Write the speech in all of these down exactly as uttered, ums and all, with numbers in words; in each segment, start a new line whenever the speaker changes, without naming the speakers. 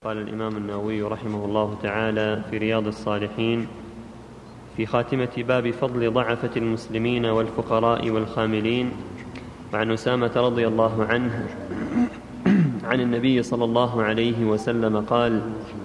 قال الإمام النووي رحمه الله تعالى في رياض الصالحين في خاتمة باب فضل ضعفة المسلمين والفقراء والخاملين: وعن أسامة رضي الله عنه عن النبي صلى الله عليه وسلم قال: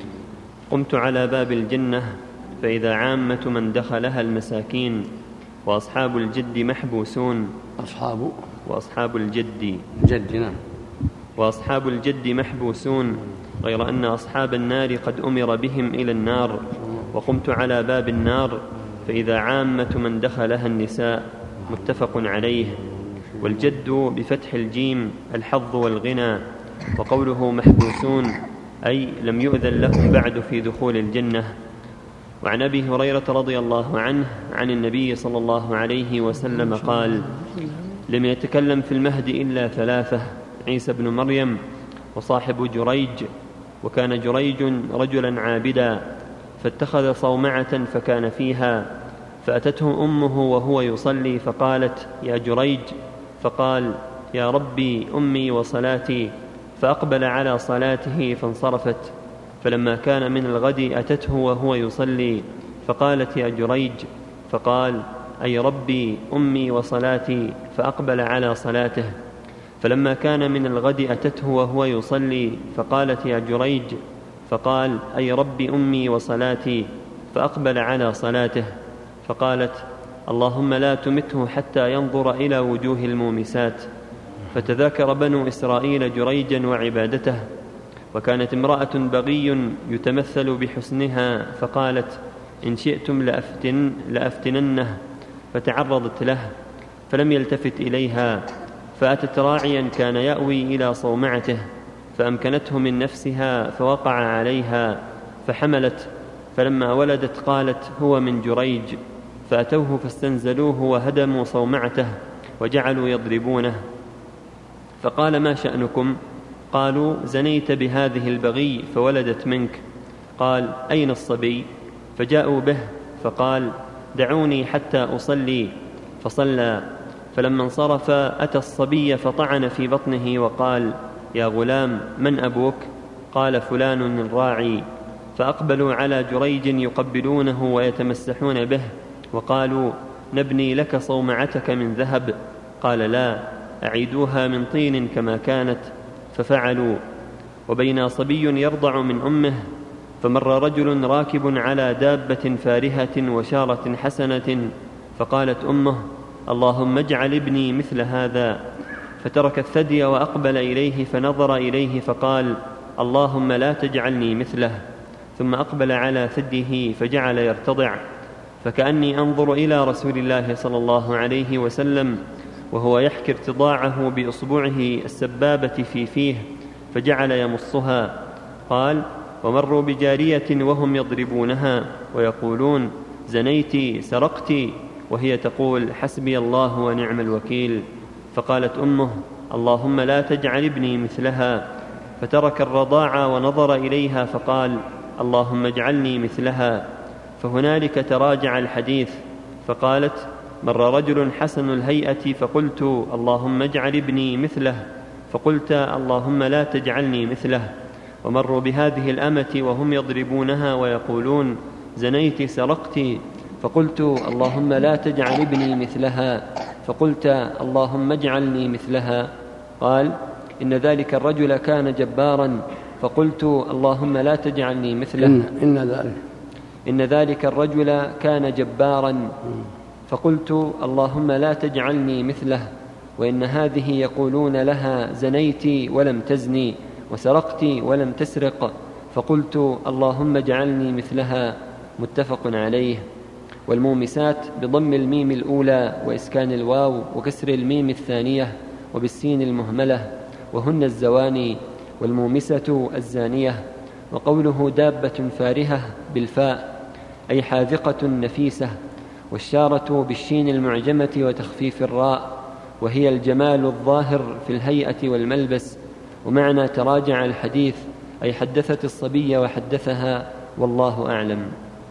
قمت على باب الجنة فإذا عامة من دخلها المساكين وأصحاب الجد محبوسون
أصحاب
وأصحاب الجد
جدنا
وأصحاب الجد محبوسون غير أن أصحاب النار قد أمر بهم إلى النار. وقمت على باب النار فإذا عامة من دخلها النساء. متفق عليه. والجد بفتح الجيم الحظ والغنى. وقوله محبوسون أي لم يؤذن لهم بعد في دخول الجنة. وعن أبي هريرة رضي الله عنه عن النبي صلى الله عليه وسلم قال: لم يتكلم في المهد إلا ثلاثة: عيسى بن مريم، وصاحب جريج، وكان جريج رجلا عابدا فاتخذ صومعة فكان فيها، فأتته أمه وهو يصلي فقالت: يا جريج، فقال: يا ربي أمي وصلاتي، فأقبل على صلاته فانصرفت. فلما كان من الغد أتته وهو يصلي فقالت: يا جريج، فقال: أي ربي أمي وصلاتي، فأقبل على صلاته. فلما كان من الغد أتته وهو يصلي فقالت: يا جريج، فقال: أي رب أمي وصلاتي، فأقبل على صلاته. فقالت: اللهم لا تمته حتى ينظر إلى وجوه المومسات. فتذاكر بنو إسرائيل جريجا وعبادته. وكانت امرأة بغي يتمثل بحسنها فقالت: إن شئتم لأفتن لأفتننه. فتعرضت له فلم يلتفت إليها، فأتت راعيا كان يأوي إلى صومعته فأمكنته من نفسها فوقع عليها فحملت. فلما ولدت قالت: هو من جريج. فأتوه فاستنزلوه وهدموا صومعته وجعلوا يضربونه. فقال: ما شأنكم؟ قالوا: زنيت بهذه البغي فولدت منك. قال: أين الصبي؟ فجاءوا به فقال: دعوني حتى أصلي. فصلى. فلما انصرف أتى الصبي فطعن في بطنه وقال: يا غلام، من أبوك؟ قال: فلان الراعي. فأقبلوا على جريج يقبلونه ويتمسحون به وقالوا: نبني لك صومعتك من ذهب. قال: لا، أعيدوها من طين كما كانت. ففعلوا. وبين صبي يرضع من أمه فمر رجل راكب على دابة فارهة وشارة حسنة فقالت أمه: اللهم اجعل ابني مثل هذا. فترك الثدي وأقبل إليه فنظر إليه فقال: اللهم لا تجعلني مثله. ثم أقبل على ثديه فجعل يرتضع، فكأني أنظر إلى رسول الله صلى الله عليه وسلم وهو يحكي ارتضاعه بإصبعه السبابة في فيه فجعل يمصها. قال: ومروا بجارية وهم يضربونها ويقولون: زنيت، سرقت، وهي تقول: حسبي الله ونعم الوكيل. فقالت أمه: اللهم لا تجعل ابني مثلها. فترك الرضاعة ونظر إليها فقال: اللهم اجعلني مثلها. فهنالك تراجع الحديث. فقالت: مر رجل حسن الهيئة فقلت: اللهم اجعل ابني مثله. فقلت: اللهم لا تجعلني مثله. ومروا بهذه الأمة وهم يضربونها ويقولون: زنيت، سرقت. فقلت: اللهم لا تجعل ابني مثلها. فقلت: اللهم اجعلني مثلها. قال: إن ذلك الرجل كان جبارا. فقلت: اللهم لا تجعلني مثله.
إن, إن, ذلك.
إن ذلك الرجل كان جبارا. فقلت: اللهم لا تجعلني مثله. وإن هذه يقولون لها: زنيت ولم تزني، وسرقت ولم تسرق. فقلت: اللهم اجعلني مثلها. متفق عليه. والمومسات بضم الميم الأولى وإسكان الواو وكسر الميم الثانية وبالسين المهملة، وهن الزواني. والمومسة الزانية. وقوله دابة فارهة بالفاء أي حاذقة نفيسة، والشارة بالشين المعجمة وتخفيف الراء، وهي الجمال الظاهر في الهيئة والملبس. ومعنى تراجع الحديث أي حدثت الصبي وحدثها، والله أعلم.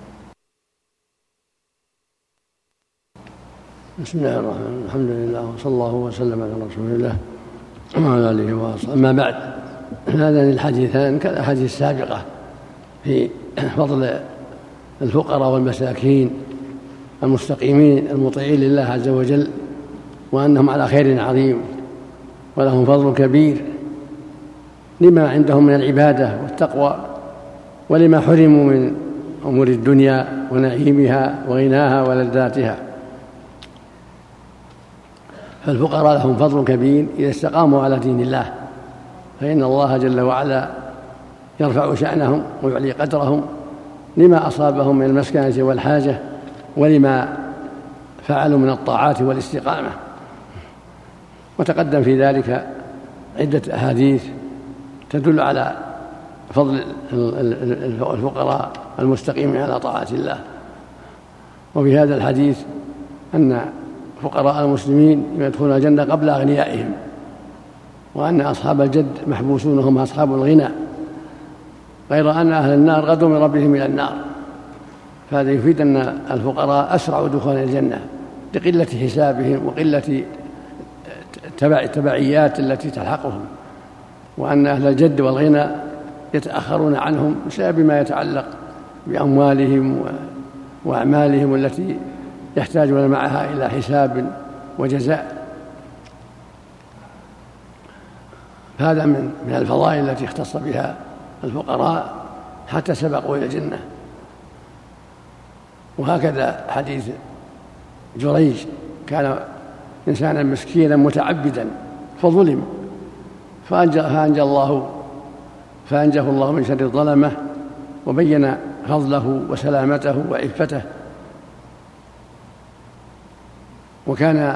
بسم الله الرحمن الرحيم. الحمد لله وصلى الله وسلم على رسول الله وعلى آله وصحبه. أما بعد، هذان الحديثان كالأحاديث السابقة في فضل الفقراء والمساكين المستقيمين المطيعين لله عز وجل، وأنهم على خير عظيم ولهم فضل كبير لما عندهم من العبادة والتقوى، ولما حرموا من أمور الدنيا ونعيمها وغناها ولذاتها. فالفقراء لهم فضل كبير إذا استقاموا على دين الله، فإن الله جل وعلا يرفع شأنهم ويعلي قدرهم لما أصابهم من المسكنة والحاجة ولما فعلوا من الطاعات والاستقامة. وتقدم في ذلك عدة أحاديث تدل على فضل الفقراء المستقيمين على طاعة الله. وفي هذا الحديث أن فقراء المسلمين يدخلون الجنة قبل أغنيائهم، وأن أصحاب الجد محبوسون هم أصحاب الغنى، غير أن أهل النار غدوا من ربهم إلى النار. فهذا يفيد أن الفقراء أسرع دخول الجنة لقلة حسابهم وقلة التبعيات التي تلحقهم، وأن أهل الجد والغنى يتأخرون عنهم بسبب ما يتعلق بأموالهم وأعمالهم التي يحتاجون معها إلى حساب وجزاء. هذا من من الفضائل التي اختص بها الفقراء حتى سبقوا إلى الجنة. وهكذا حديث جريج، كان إنسانا مسكينا متعبدا فظلم فأنجى, فأنجى الله فأنجاه الله من شر الظلمة، وبين فضله وسلامته وعفته. وكان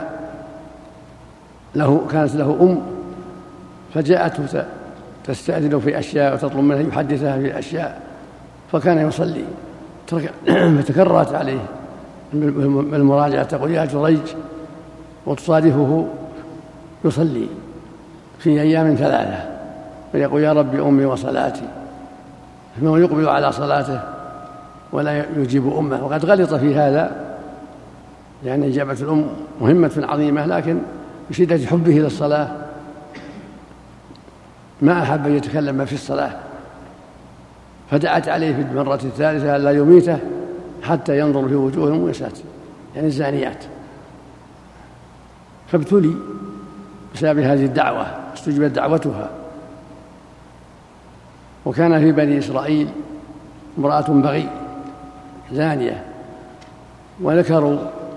له كانت له أم فجاءته تستأذن في أشياء وتطلب منه يحدثها في أشياء، فكان يصلي فتكررت عليه المراجعة، تقول يا جريج، وتصادفه يصلي في أيام ثلاثة ويقول يا ربي أمي وصلاتي، ثم يقبل على صلاته ولا يجيب أمه. وقد غلط في هذا، يعني إجابة الأم مهمة عظيمة، لكن بشدة حبه للصلاة ما أحب أن يتكلم في الصلاة، فدعت عليه في المرة الثالثة لا يميته حتى ينظر في وجوه المؤمنات يعني الزانيات، فابتلي بسبب هذه الدعوة، استجبت دعوتها. وكان في بني إسرائيل امرأة بغي زانية، وذكروا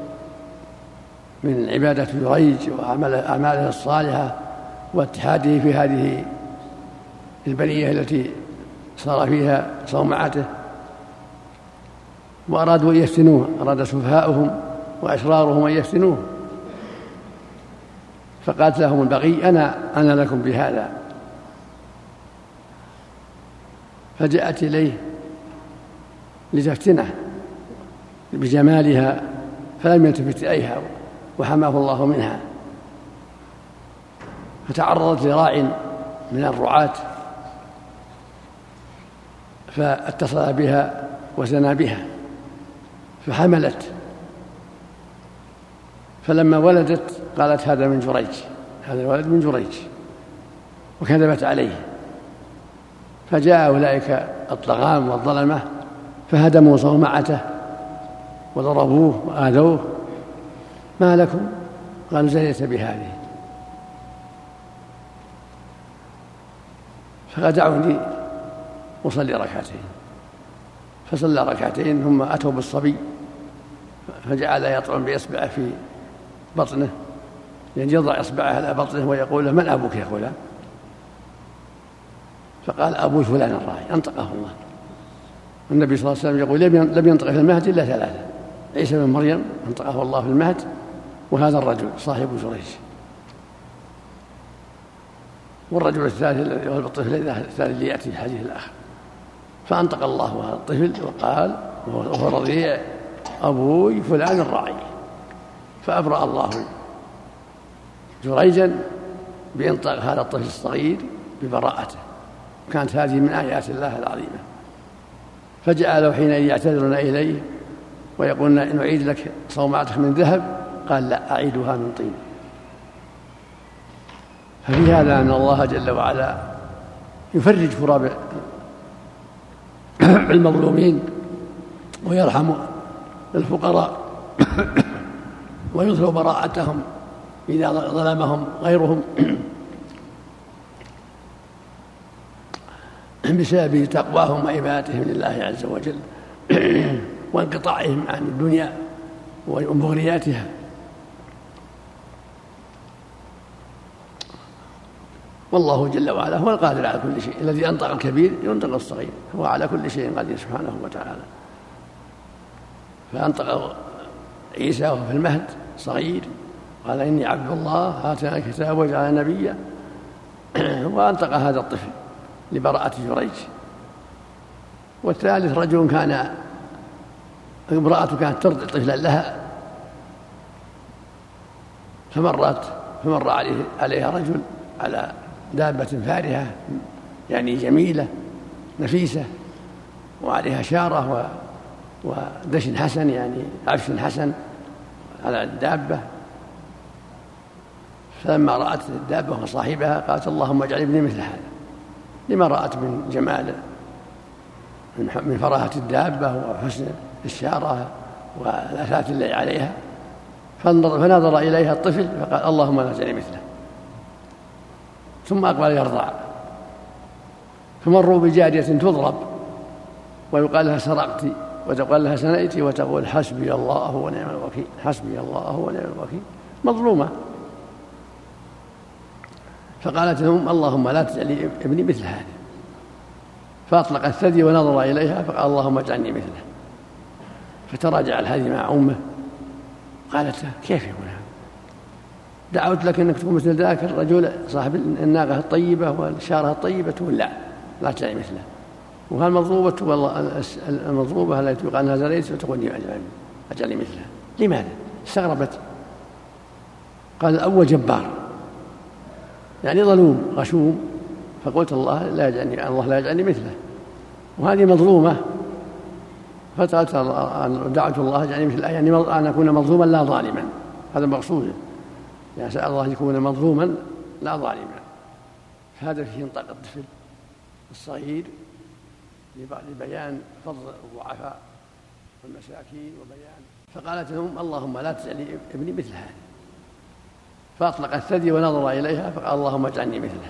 من عبادة جريج وأعماله الصالحة واتحاده في هذه البرية التي صار فيها صومعته، وأرادوا أن يفتنوه، أراد سفهاؤهم وأشرارهم أن يفتنوه، فقالت لهم البغي أنا أنا لكم بهذا. فجاءت إليه لتفتنه بجمالها فلم يلتفت إليها وحماه الله منها، فتعرضت لراع من الرعاة فاتصل بها وزنى بها فحملت، فلما ولدت قالت هذا من جريج، هذا الولد من جريج، وكذبت عليه. فجاء أولئك الطغام والظلمة فهدموا صومعته وضربوه وآذوه. ما لكم؟ قالوا زنيت بهذه. فدعوني أصلي ركعتين، فصلى ركعتين ثم أتوا بالصبي فجعل يطعن بإصبعه في بطنه، يعني يضع إصبعه على بطنه ويقول له من أبوك يا غلام؟ فقال أبوي فلان الراعي، أنطقه الله. النبي صلى الله عليه وسلم يقول لم ينطق في المهد إلا ثلاثة: عيسى بن مريم أنطقه الله في المهد، وهذا الرجل صاحب جريج، والرجل الثالث الذي هو الطفل الثالث اللي يأتي في الحديث الآخر. فأنطق الله هذا الطفل وقال وهو رضيع: أبوي فلان الراعي. فأبرأ الله جريجا بإنطاق هذا الطفل الصغير ببراءته. كانت هذه من آيات الله العظيمة. فجعلوا حينئذ يعتذرون إليه ويقولون نعيد لك صومعتك من ذهب، قال لا، أعيدها من طين. ففي هذا أن الله جل وعلا يفرج كراب المظلومين ويرحم الفقراء ويظهر براءتهم إذا ظلمهم غيرهم بسبب تقواهم وعبادتهم لله عز وجل وانقطاعهم عن الدنيا ومغرياتها. والله جل وعلا هو القادر على كل شيء، الذي أنطق الكبير ينطق الصغير، هو على كل شيء قدير سبحانه وتعالى. فأنطق عيسى وهو في المهد صغير قال إني عبد الله آتاني الكتاب وجعلني نبيا، وأنطق هذا الطفل لبراءة جريج. والثالث رجل كان امرأة كانت ترضع طفلا لها فمرت فمر عليه عليها رجل على دابة فارهة يعني جميلة نفيسة وعليها شارة ودشن حسن يعني عفش حسن على الدابة. فلما رأت الدابة وصاحبها قالت اللهم اجعل ابني مثل هذا، لما رأت من جمال من فراهة الدابة وحسن الشارة والأثاث التي عليها. فنظر إليها الطفل فقال اللهم لا تجعلني مثله، ثم أقبل يرضع. فمروا بجارية تضرب ويقال لها سرقت وتقال لها سنأتي وتقول حسبي الله ونعم الوكيل، حسبي الله ونعم الوكيل، مظلومة. فقالت لهم اللهم لا تجعل ابني مثل هذا، فأطلق الثدي ونظر إليها فقال اللهم اجعلني مثله. فتراجع الهدي مع أمه قالت له كيف يكون هذا؟ دعوت لك أنك تكون مثل ذاك الرجل صاحب الناقة الطيبة والشارة الطيبة، تقول لا لا تجعلني مثله. وهالمضروبة والله المضروبة التي يقال أنها زريت وتقول اجعلني مثلها. لماذا؟ استغربت. قال الأول جبار يعني ظلوم غشوم، فقلت الله لا يجعلني الله لا يجعلني مثله. وهذه مظلومة فقالت دعوت الله يجعلني مثل يعني أن أكون مظلوما لا ظالما، هذا مقصوده يعني سأل الله يكون مظلوما لا ظالما. فهذا فيه انطق الطفل الصغير لبيان فضل الضعفاء والمساكين وبيان. فقالت لهم اللهم لا تجعل ابني مثل هذا، فأطلق الثدي ونظر إليها فقال اللهم اجعلني مثله.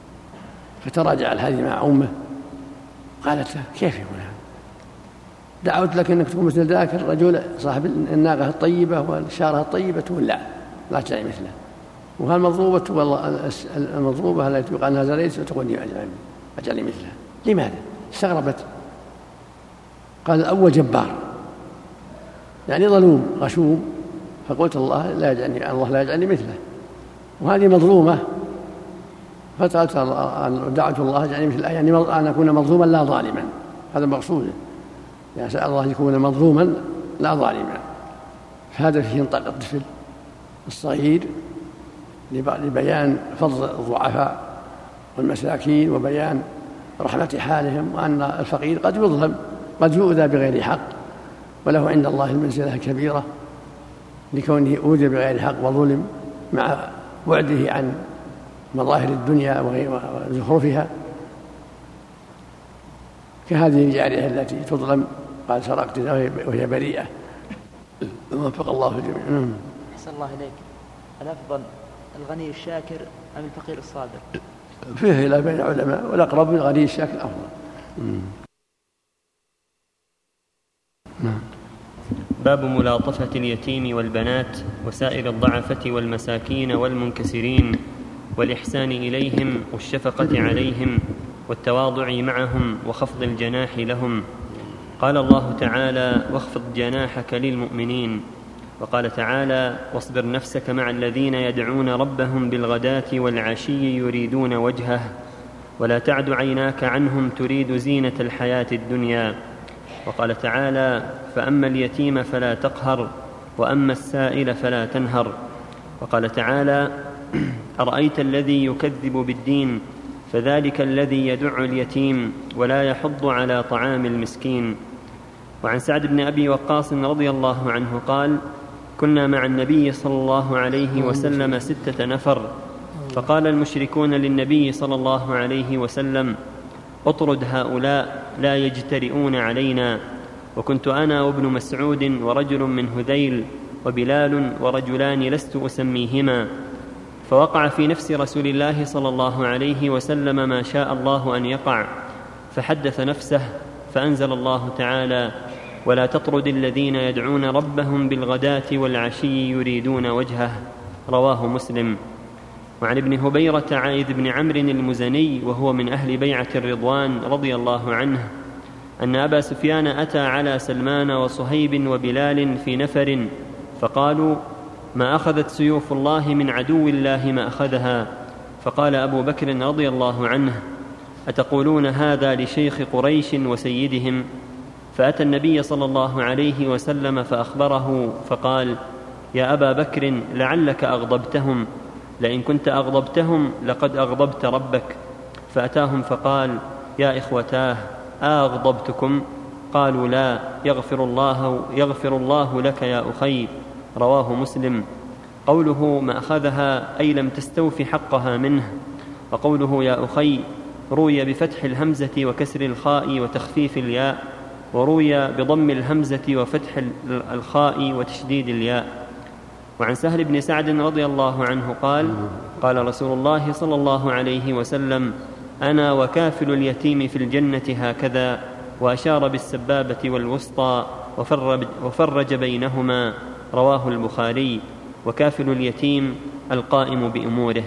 فتراجع الهدي مع أمه قالت له كيف يكون هذا؟ دعوت لك أنك تكون مثل ذاك الرجل صاحب الناقة الطيبة والشارة الطيبة، تقول لا لا تجعلني مثله. وهالمضروبة والله المضروبة التي يقال أنها زريت وتقول اجعلني مثلها. لماذا؟ استغربت. قال الأول جبار يعني ظلوم غشوم، فقلت الله لا يجعلني الله لا يجعلني مثله. وهذه مظلومة فقالت دعوت الله يجعلني مثل يعني أن أكون مظلوما لا ظالما، هذا مقصوده يعني سأل الله يكون مظلوما لا ظالما. فهذا فيه انطق الطفل الصغير لبيان فضل الضعفاء والمساكين وبيان رحمة حالهم، وأن الفقير قد يظلم قد يؤذى بغير حق، وله عند الله المنزلة الكبيرة لكونه أوذي بغير حق وظلم مع بعده عن مظاهر الدنيا وزخرفها، كهذه الجارية التي تظلم قال سرقت وهي بريئة. وفق الله الجميع.
أحسن الله إليك. الأفضل الغني الشاكر أم الفقير الصابر؟
فيه إلى بين العلماء، والأقرب الغني الشاكر أفضل.
باب ملاطفة اليتيم والبنات وسائر الضعفة والمساكين والمنكسرين والإحسان إليهم والشفقة عليهم والتواضع معهم وخفض الجناح لهم. قال الله تعالى واخفض جناحك للمؤمنين. وقال تعالى واصبر نفسك مع الذين يدعون ربهم بالغداة والعشي يريدون وجهه ولا تعد عيناك عنهم تريد زينة الحياة الدنيا. وقال تعالى فأما اليتيم فلا تقهر وأما السائل فلا تنهر. وقال تعالى أرأيت الذي يكذب بالدين فذلك الذي يدع اليتيم ولا يحض على طعام المسكين. وعن سعد بن أبي وقاص رضي الله عنه قال كنا مع النبي صلى الله عليه وسلم ستة نفر فقال المشركون للنبي صلى الله عليه وسلم: اطرد هؤلاء لا يجترئون علينا. وكنت أنا وابن مسعود ورجل من هذيل وبلال ورجلان لست أسميهما. فوقع في نفس رسول الله صلى الله عليه وسلم ما شاء الله أن يقع، فحدث نفسه، فأنزل الله تعالى: ولا تطرد الذين يدعون ربهم بالغداة والعشي يريدون وجهه. رواه مسلم. وعن ابن هبيرة عائذ بن عمرو المزني وهو من أهل بيعة الرضوان رضي الله عنه أن أبا سفيان أتى على سلمان وصهيب وبلال في نفر فقالوا: ما أخذت سيوف الله من عدو الله ما أخذها. فقال أبو بكر رضي الله عنه: أتقولون هذا لشيخ قريش وسيدهم؟ فأتى النبي صلى الله عليه وسلم فأخبره فقال: يا أبا بكر لعلك أغضبتهم، لئن كنت أغضبتهم لقد أغضبت ربك. فأتاهم فقال: يا إخوتاه أغضبتكم؟ قالوا: لا، يغفر الله, يغفر الله لك يا أخي. رواه مسلم. قوله ما أخذها أي لم تستوف حقها منه. وقوله يا أخي روي بفتح الهمزة وكسر الخاء وتخفيف الياء، وروي بضم الهمزة وفتح الخاء وتشديد الياء. وعن سهل بن سعد رضي الله عنه قال: قال رسول الله صلى الله عليه وسلم: أنا وكافل اليتيم في الجنة هكذا، وأشار بالسبابة والوسطى وفرج بينهما. رواه البخاري. وكافل اليتيم القائم بأموره.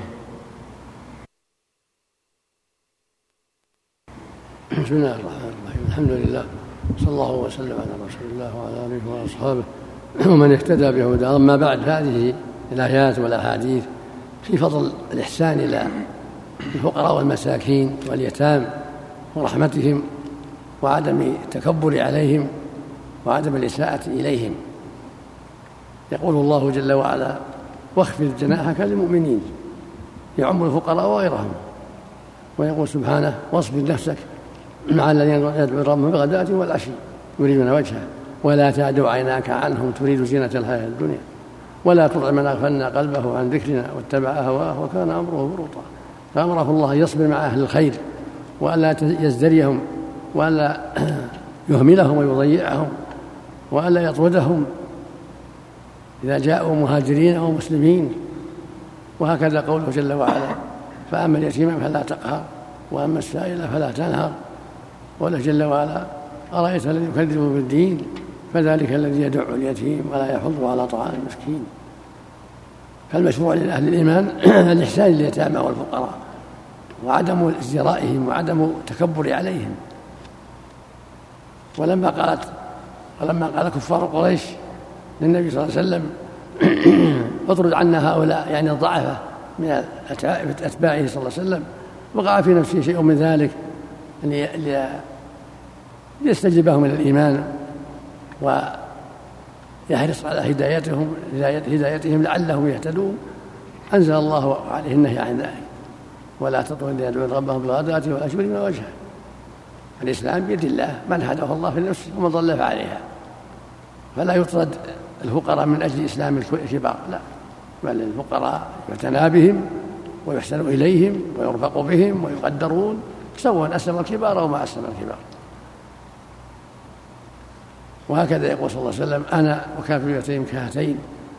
بسم الله الرحمن الرحيم. الحمد لله، صلى الله وسلم على رسول الله وعلى آله وأصحابه ومن اهتدى بهداه. أما بعد، هذه الآيات والأحاديث في فضل الإحسان إلى الفقراء والمساكين واليتام ورحمتهم وعدم التكبر عليهم وعدم الإساءة إليهم. يقول الله جل وعلا: واخفض جناحك للمؤمنين، يعم الفقراء وغيرهم. ويقول سبحانه: واصبر نفسك مع الذين يدعون ربهم بالغداة والعشي يريدون وجهه ولا تعد عيناك عنهم تريد زينة الحياة الدنيا ولا تطع من أغفلنا قلبه عن ذكرنا واتبع هواه وكان أمره فرطا. فأمره الله أن يصبر مع أهل الخير وألا يزدريهم وألا يهملهم ويضيعهم وألا يطردهم إذا جاءوا مهاجرين أو مسلمين. وهكذا قوله جل وعلا: فأما اليتيم فلا تقهر وأما السائل فلا تنهر. وله جل وعلا: أرأيت الذي يكذب بالدين فذلك الذي يدع اليتيم ولا يحض على طعام المسكين. فالمشروع لأهل الإيمان الإحسان لليتامى والفقراء وعدم ازدرائهم وعدم التكبر عليهم. ولما قالت ولما قال كفار قريش للنبي صلى الله عليه وسلم: اطرد عنا هؤلاء، يعني الضعفاء من أتباعه صلى الله عليه وسلم، وقع في نفسه شيء من ذلك ليستجيبهم إلى الإيمان ويحرص على هدايتهم هدايتهم لعلهم يهتدون. أنزل الله عليه النهي عن ذلك: ولا تطرد الذين يدعون ربهم بالغداة والعشي يريدون وجهه. الإسلام بيد الله، من هداه الله في نفسه ومن ضل فعليها. فلا يطرد الفقراء من أجل إسلام الكبار، لا، بل الفقراء يعتنى بهم ويحسن إليهم ويرفق بهم ويقدرون سواء أسلم الكبار أو ما أسلم الكبار. وهكذا يقول صلى الله عليه وسلم: أنا وكافل اليتيم كهاتين.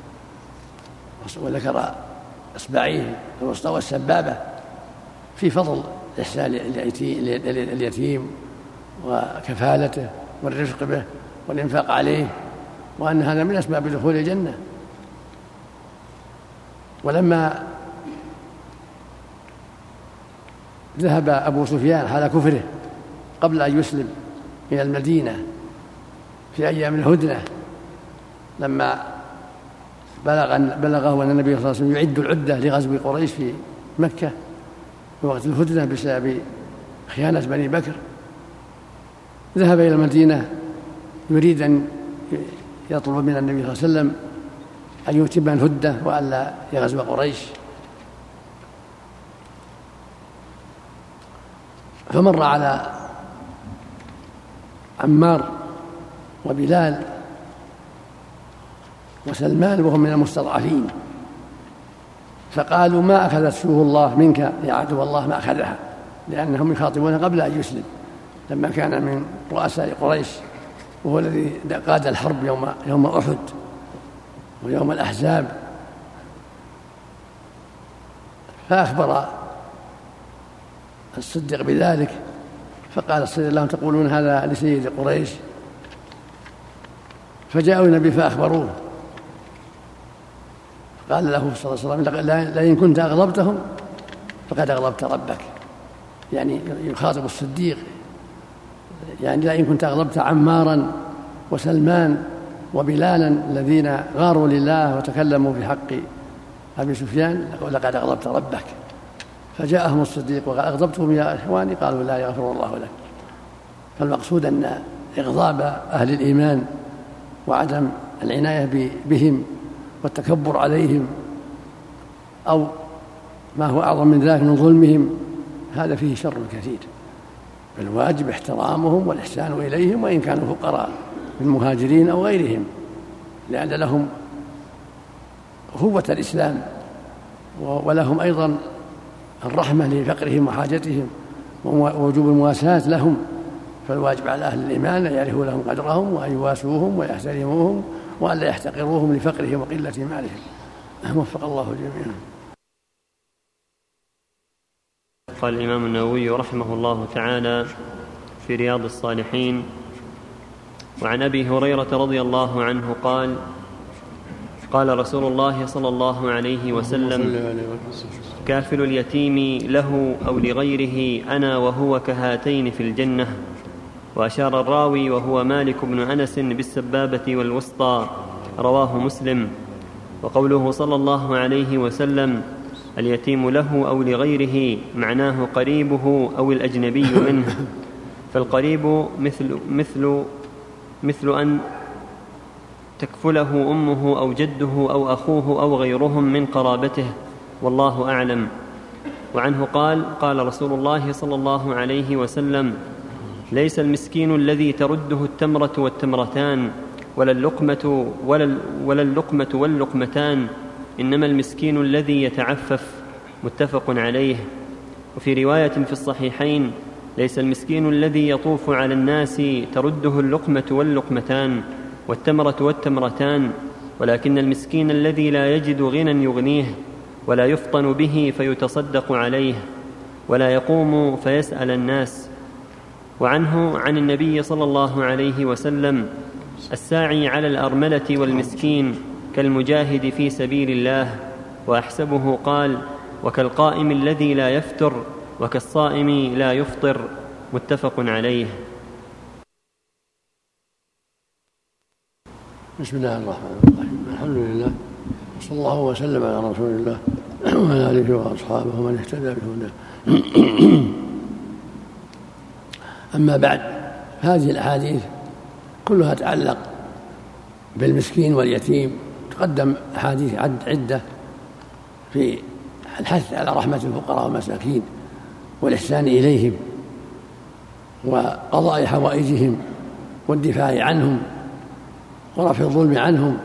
وذكر إصبعيه الوسطى والسبابة في فضل إحسان اليتيم وكفالته والرفق به والإنفاق عليه، وأن هذا من أسباب دخول الجنة. ولما ذهب أبو سفيان حال كفره قبل أن يسلم إلى المدينة في أيام الهدنة، لما بلغ بلغه أن النبي صلى الله عليه وسلم يعد العدة لغزو قريش في مكة في وقت الهدنة بسبب خيانة بني بكر، ذهب إلى المدينة يريد أن يطلب من النبي صلى الله عليه وسلم أن يتم الهدنة وألا يغزو قريش. فمر على عمار وبلال وسلمان وهم من المستضعفين، فقالوا ما أخذت سيوف الله منك يا عدو الله، ما أخذها، لأنهم يخاطبونه قبل أن يسلم لما كان من رؤساء قريش، وهو الذي قاد الحرب يوم يوم أحد ويوم الأحزاب. فأخبر الصديق بذلك، فقال الصديق لهم تقولون هذا لسيد قريش؟ فجاءوا النبي فأخبروه، قال له صلى الله عليه وسلم لئن كنت أغضبتهم فقد أغضبت ربك، يعني يخاطب الصديق، يعني لئن كنت أغضبت عمارا وسلمان وبلالا الذين غاروا لله وتكلموا في حق أبي سفيان لقد أغضبت ربك. فجاءهم الصديق وقال أغضبتهم يا إخواني؟ قالوا لا يغفر الله لك. فالمقصود أن إغضاب أهل الإيمان وعدم العناية بهم والتكبر عليهم أو ما هو أعظم من ذلك من ظلمهم هذا فيه شر كثير، فالواجب احترامهم والإحسان إليهم وإن كانوا فقراء من المهاجرين أو غيرهم، لأن لهم قوة الإسلام ولهم أيضا الرحمة لفقرهم وحاجتهم ووجوب المواساة لهم. فالواجب على أهل الإيمان أن يعرفوا لهم قدرهم وأن يواسوهم ويحترموهم وأن لا يحتقروهم لفقرهم وقلة مالهم. وفق الله جميعا.
قال الإمام النووي رحمه الله تعالى في رياض الصالحين: وعن أبي هريرة رضي الله عنه قال: قال رسول الله صلى الله عليه وسلم: كافل اليتيم له أو لغيره أنا وهو كهاتين في الجنة. وأشار الراوي وهو مالك بن أنس بالسبابة والوسطى، رواه مسلم. وقوله صلى الله عليه وسلم اليتيم له أو لغيره معناه قريبه أو الأجنبي منه، فالقريب مثل, مثل, مثل أن تكفله أمه أو جده أو أخوه أو غيرهم من قرابته، والله أعلم. وعنه قال: قال رسول الله صلى الله عليه وسلم: ليس المسكين الذي ترده التمرة والتمرتان ولا اللقمة, ولا, ولا اللقمة واللقمتان، إنما المسكين الذي يتعفف. متفق عليه. وفي رواية في الصحيحين: ليس المسكين الذي يطوف على الناس ترده اللقمة واللقمتان والتمرة والتمرتان، ولكن المسكين الذي لا يجد غنى يغنيه ولا يفطن به فيتصدق عليه ولا يقوم فيسأل الناس. وعنه عن النبي صلى الله عليه وسلم: الساعي على الأرملة والمسكين كالمجاهد في سبيل الله. وأحسبه قال: وكالقائم الذي لا يفتر وكالصائم لا يفطر. متفق عليه.
بسم الله الرحمن الرحيم. الحمد لله وصلى الله وسلم على رسول الله وعلى آله وأصحابه ومن اهتدى بهداه. أما بعد، هذه الأحاديث كلها تتعلق بالمسكين واليتيم. تقدم أحاديث عدة في الحث على رحمة الفقراء والمساكين والإحسان إليهم وقضاء حوائجهم والدفاع عنهم ورفع الظلم عنهم.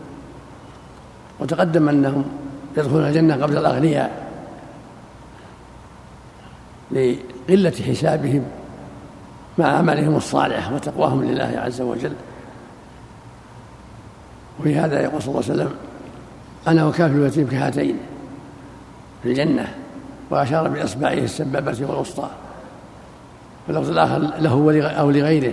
وتقدم أنهم يدخلون الجنة قبل الأغنياء لقلة حسابهم مع عملهم الصالح وتقواهم لله عز وجل. وفي هذا يقول صلى الله عليه وسلم: أنا وكافل اليتيم كهاتين في الجنة، وأشار بإصبعه السبابة والوسطى. واللفظ الآخر له أو لغيره،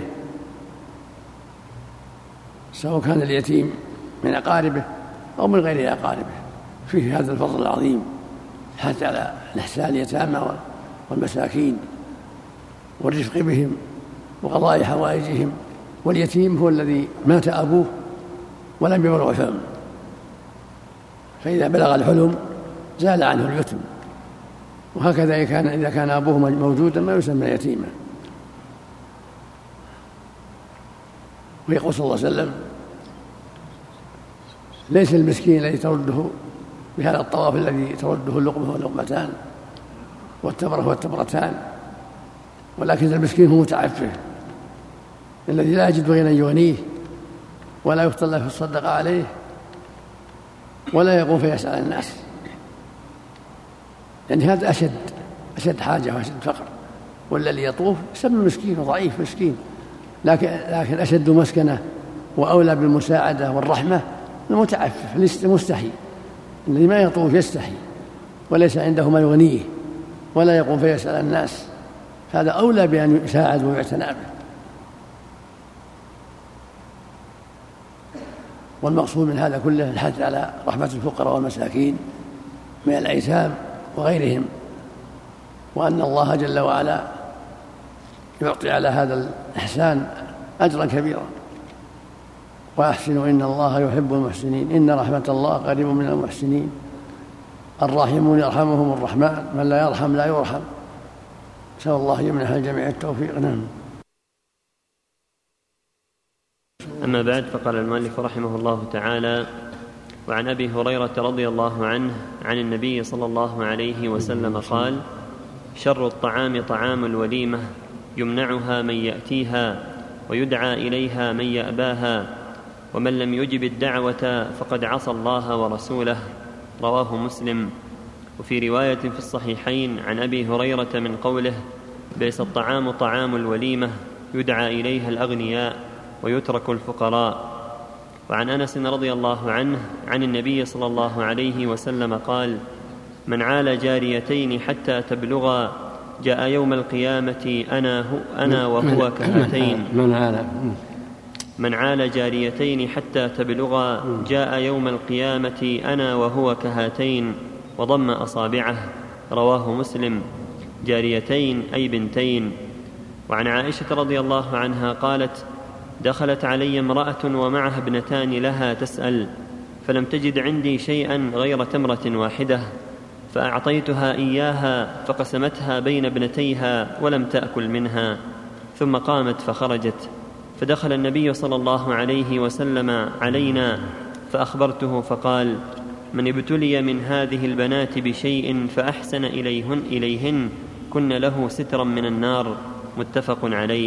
سواء كان اليتيم من أقاربه أو من غير أقاربه. فيه هذا الفضل العظيم حتى على الإحسان اليتامى والمساكين والرفق بهم وقضاء حوائجهم. واليتيم هو الذي مات أبوه ولم يبلغ الحلم، فإذا بلغ الحلم زال عنه اليتم. وهكذا كان إذا كان أبوه موجودا ما يسمى يتيما. ويقول صلى الله عليه وسلم: ليس المسكين الذي ترده بهذا الطواف الذي ترده اللقمة واللقمتان والتمرة والتمرتان، ولكن المسكين هو متعفف الذي لا يجد غنى يغنيه ولا يفطن له الصدقة عليه ولا يقوم فيسأل الناس. يعني هذا أشد أشد حاجة وأشد فقر، والذي يطوف يسمى مسكين وضعيف مسكين، لكن لكن أشد مسكنة وأولى بالمساعدة والرحمة المتعفف المستحي، الذي ما يطوف يستحي وليس عنده ما يغنيه ولا يقوم فيسأل الناس، هذا أولى بأن يساعد ويعتنى به. والمقصود من هذا كله الحث على رحمة الفقراء والمساكين من الأيتام وغيرهم، وأن الله جل وعلا يعطي على هذا الإحسان أجرا كبيرا. وأحسنوا إن الله يحب المحسنين إن رحمة الله قريب من المحسنين الراحمون يرحمهم الرحمن من لا يرحم لا يرحم. نسأل الله يمنح الجميع التوفيق. نعم.
أما بعد، فقال المؤلف رحمه الله تعالى: وعن أبي هريرة رضي الله عنه عن النبي صلى الله عليه وسلم قال: شر الطعام طعام الوليمة يمنعها من يأتيها ويدعى إليها من يأباها، ومن لم يجب الدعوة فقد عصى الله ورسوله. رواه مسلم. وفي رواية في الصحيحين عن أبي هريرة من قوله: بئس الطعام طعام الوليمة يدعى إليها الأغنياء ويترك الفقراء. وعن أنس رضي الله عنه عن النبي صلى الله عليه وسلم قال: من عال جاريتين حتى تبلغا جاء يوم القيامة أنا, هو أنا وهو كهاتين.
من عال
من عال جاريتين حتى تبلغا جاء يوم القيامة أنا وهو كهاتين، وضم أصابعه. رواه مسلم. جاريتين أي بنتين. وعن عائشة رضي الله عنها قالت: دخلت علي امرأة ومعها ابنتان لها تسأل، فلم تجد عندي شيئا غير تمرة واحدة، فأعطيتها إياها فقسمتها بين ابنتيها ولم تأكل منها، ثم قامت فخرجت. فدخل النبي صلى الله عليه وسلم علينا فأخبرته فقال: من ابتلي من هذه البنات بشيء فأحسن إليهن, إليهن كن له سترا من النار. متفق عليه.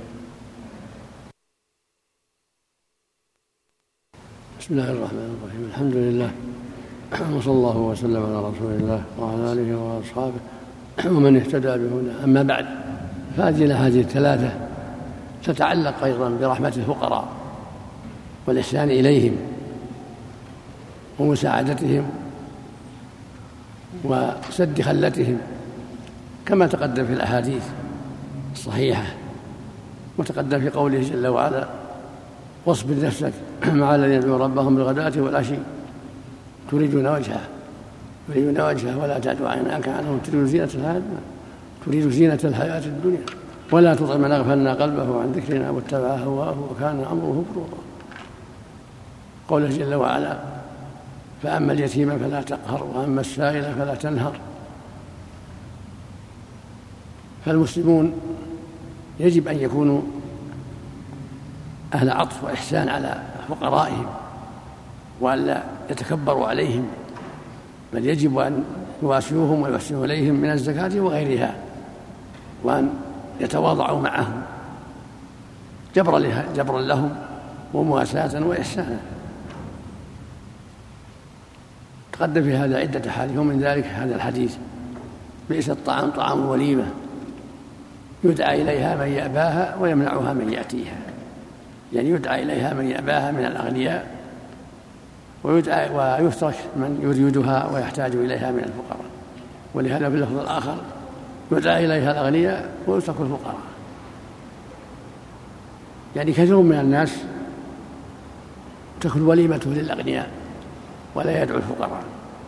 بسم الله الرحمن الرحيم. الحمد لله وصلى الله وسلم على رسول الله وعلى آله وأصحابه ومن اهتدى بهداه. أما بعد، فهذه الأحاديث الثلاثة تتعلق أيضا برحمة الفقراء والإحسان إليهم ومساعدتهم وسد خلتهم، كما تقدم في الأحاديث الصحيحة، وتقدم في قوله جل وعلا: واصبر نفسك مع الذين يدعون ربهم بالغداة والعشي تريدون وجهه تريدون وجهه ولا تعد عيناك عنهم تريد زينة الحياة تريد زينة الحياة الدنيا ولا تطع من أغفلنا قلبه عن ذكرنا واتبع هواه وكان أمره فرطا. قوله جل وعلا: فأما اليتيم فلا تقهر وأما السائل فلا تنهر. فالمسلمون يجب أن يكونوا أهل عطف وإحسان على فقرائهم، وألا يتكبروا عليهم، بل يجب أن يواسوهم ويحسنوا إليهم من الزكاة وغيرها، وأن يتواضعوا معهم جبرا لهم ومواساة وإحسانا. تقدم في هذا عدة أحاديث، ومن ذلك هذا الحديث: بئس الطعام طعام الوليمة يدعى إليها من يأباها ويمنعها من يأتيها. يعني يدعى إليها من يأباها من الأغنياء، ويدعى ويترك من يريدها ويحتاج إليها من الفقراء. ولهذا في اللفظ الآخر: يدعى إليها الأغنياء ويترك الفقراء. يعني كثير من الناس تكون وليمته للأغنياء ولا يدعو الفقراء،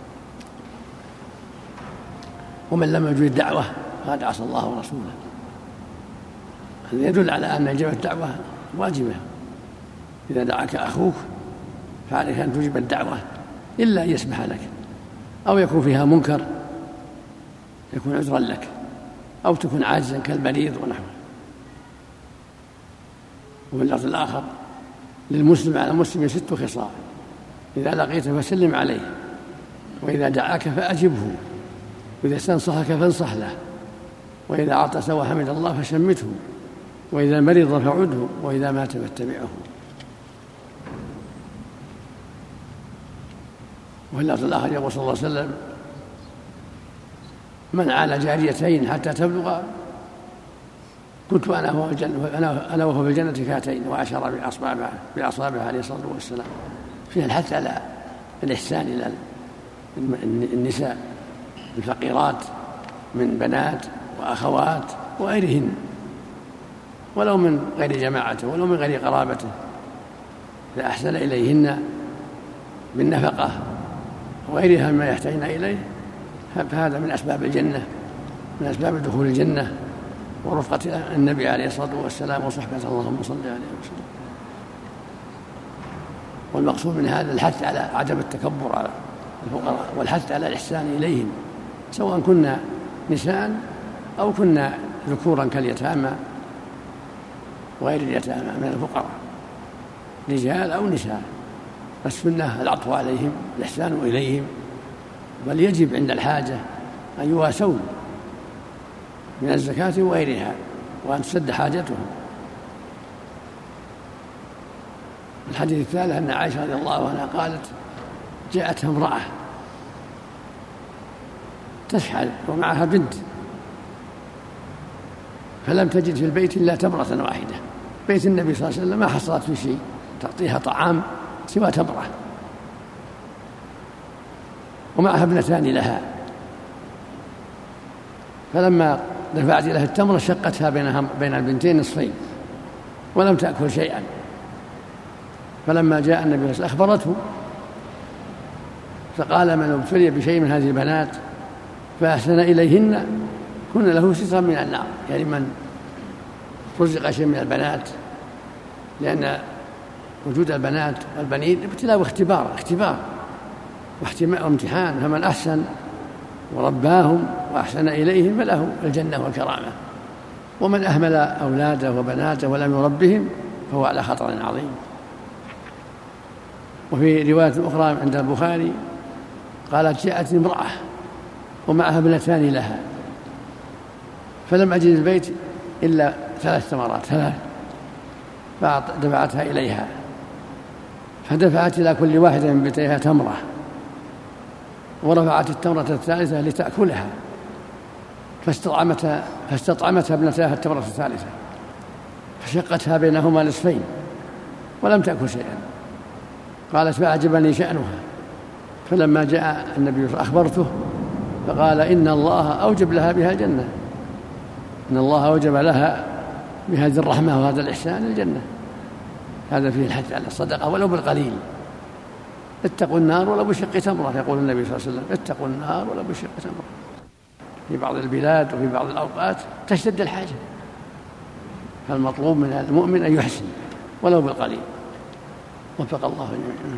ومن لم يجب الدعوة فقد عصى الله ورسوله. هذا يدل على أن إجابة الدعوة واجبة. إذا دعاك أخوك فعليك أن تجيب الدعوة إلا أن يسمح لك، أو يكون فيها منكر يكون عذرا لك، أو تكون عاجزا كالمريض ونحوه. وفي اللفظ الآخر: للمسلم على المسلم ست خصال، إذا لقيته فسلم عليه، وإذا دعاك فأجبه، وإذا استنصحك فانصح له، وإذا عطس وحمد الله فشمته، وإذا مرض فعده، وإذا مات فاتبعه. وفي اللفظ الآخر يقول صلى الله عليه وسلم: من عال جاريتين حتى تبلغ كنت أنا وهو أنا أنا وهو في الجنة كهاتين، وأشار بأصابعه بأصابعه عليه الصلاة والسلام. فيها الحث على الإحسان إلى النساء الفقيرات من بنات وأخوات وغيرهن، ولو من غير جماعته ولو من غير قرابته، إذا أحسن إليهن بالنفقة وغيرها مما يحتاجن إليه فهذا من أسباب الجنة، من أسباب دخول الجنة ورفقة النبي عليه الصلاة والسلام وصحبته، اللهم صل عليه وسلم. والمقصود من هذا الحث على عدم التكبر على الفقراء والحث على الإحسان إليهم، سواء كنا نساء أو كنا ذكورا كاليتامى وغير اليتامى من الفقراء، رجال أو نساء، فالسنة العطف عليهم، الإحسان إليهم، بل يجب عند الحاجة أن يواسون من الزكاة وغيرها وأن تسد حاجتهم. الحديث الثالث أن عائشة رضي الله عنها قالت: جاءتها امرأة تشحذ ومعها بنت، فلم تجد في البيت إلا تمرة واحدة. بيت النبي صلى الله عليه وسلم ما حصلت في شيء تعطيها طعام سوى تمرة، ومعها ابنتان لها، فلما دفعت لها التمرة شقتها بينها بين البنتين نصفين ولم تأكل شيئا. فلما جاء النبي صلى الله عليه وسلم أخبرته، فقال: من ابتلي بشيء من هذه البنات فأحسن إليهن كن له سترا من النار، يعني من رزق شيء من البنات، لأن وجود البنات والبنين ابتلاء واختبار اختبار وامتحان، فمن أحسن ورباهم وأحسن إليهم فله الجنة والكرامة، ومن أهمل أولاده وبناته ولم يربهم فهو على خطر عظيم. وفي رواية أخرى عند البخاري قالت: جاءت امرأة ومعها ابنتان لها، فلم أجد البيت إلا ثلاث ثمرات ثلاث، فدفعتها إليها، فدفعت إلى كل واحدة من بنتيها تمرة، ورفعت التمرة الثالثة لتأكلها، فاستطعمتها فاستطعمتها ابنتها التمرة الثالثة، فشقتها بينهما نصفين ولم تأكل شيئا. قالت: فأعجبني شأنها، فلما جاء النبي أخبرته فقال: إن الله أوجب لها بها الجنة، إن الله أوجب لها بهذه الرحمة وهذا الإحسان الجنة. هذا فيه الحث على الصدقة ولو بالقليل. اتقوا النار ولو بشق تمرة، يقول النبي صلى الله عليه وسلم: اتقوا النار ولو بشق تمرة. في بعض البلاد وفي بعض الأوقات تشتد الحاجة، فالمطلوب من المؤمن أن يحسن ولو بالقليل. وفق الله جميعا.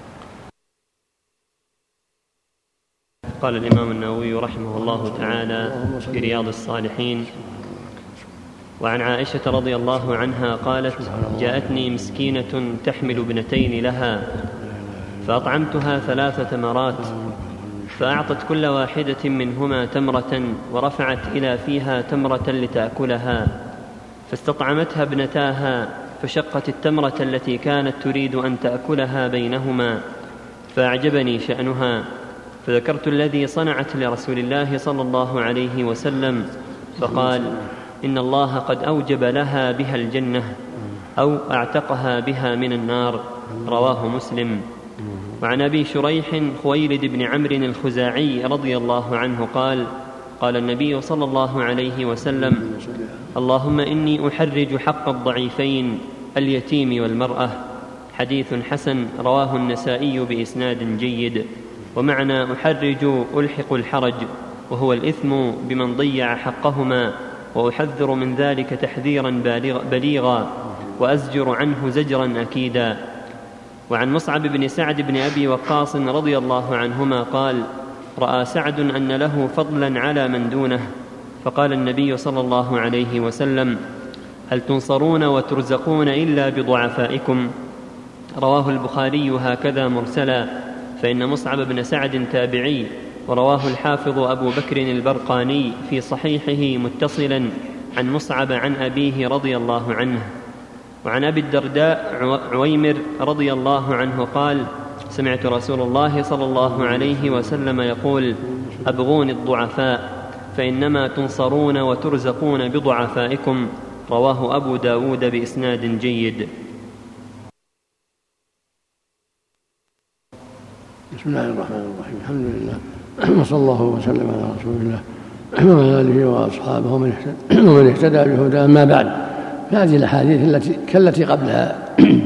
قال الإمام النووي رحمه الله تعالى في رياض الصالحين: وعن عائشة رضي الله عنها قالت: جاءتني مسكينة تحمل ابنتين لها، فأطعمتها ثلاث تمرات، فأعطت كل واحدة منهما تمرة، ورفعت إلى فيها تمرة لتأكلها، فاستطعمتها ابنتاها، فشقت التمرة التي كانت تريد أن تأكلها بينهما، فأعجبني شأنها، فذكرت الذي صنعت لرسول الله صلى الله عليه وسلم، فقال: إن الله قد أوجب لها بها الجنة أو أعتقها بها من النار. رواه مسلم. وعن أبي شريح خويلد بن عمرو الخزاعي رضي الله عنه قال: قال النبي صلى الله عليه وسلم: اللهم إني أحرج حق الضعيفين اليتيم والمرأة. حديث حسن رواه النسائي بإسناد جيد. ومعنى أحرج ألحق الحرج، وهو الإثم بمن ضيع حقهما، وأحذر من ذلك تحذيرا بليغا، وأزجر عنه زجرا أكيدا. وعن مصعب بن سعد بن أبي وقاص رضي الله عنهما قال: رأى سعد أن له فضلا على من دونه، فقال النبي صلى الله عليه وسلم: هل تنصرون وترزقون إلا بضعفائكم؟ رواه البخاري هكذا مرسلا، فإن مصعب بن سعد تابعي، ورواه الحافظ أبو بكر البرقاني في صحيحه متصلا عن مصعب عن أبيه رضي الله عنه. وعن أبي الدرداء عويمر رضي الله عنه قال: سمعت رسول الله صلى الله عليه وسلم يقول: أبغوني الضعفاء، فإنما تنصرون وترزقون بضعفائكم. رواه أبو داود بإسناد جيد.
بسم الله الرحمن الرحيم. الحمد لله وصلى الله وسلم على رسول الله وعلى آله وأصحابه ومن اهتدى بهداه. أما بعد، هذه الأحاديث التي كالتي قبلها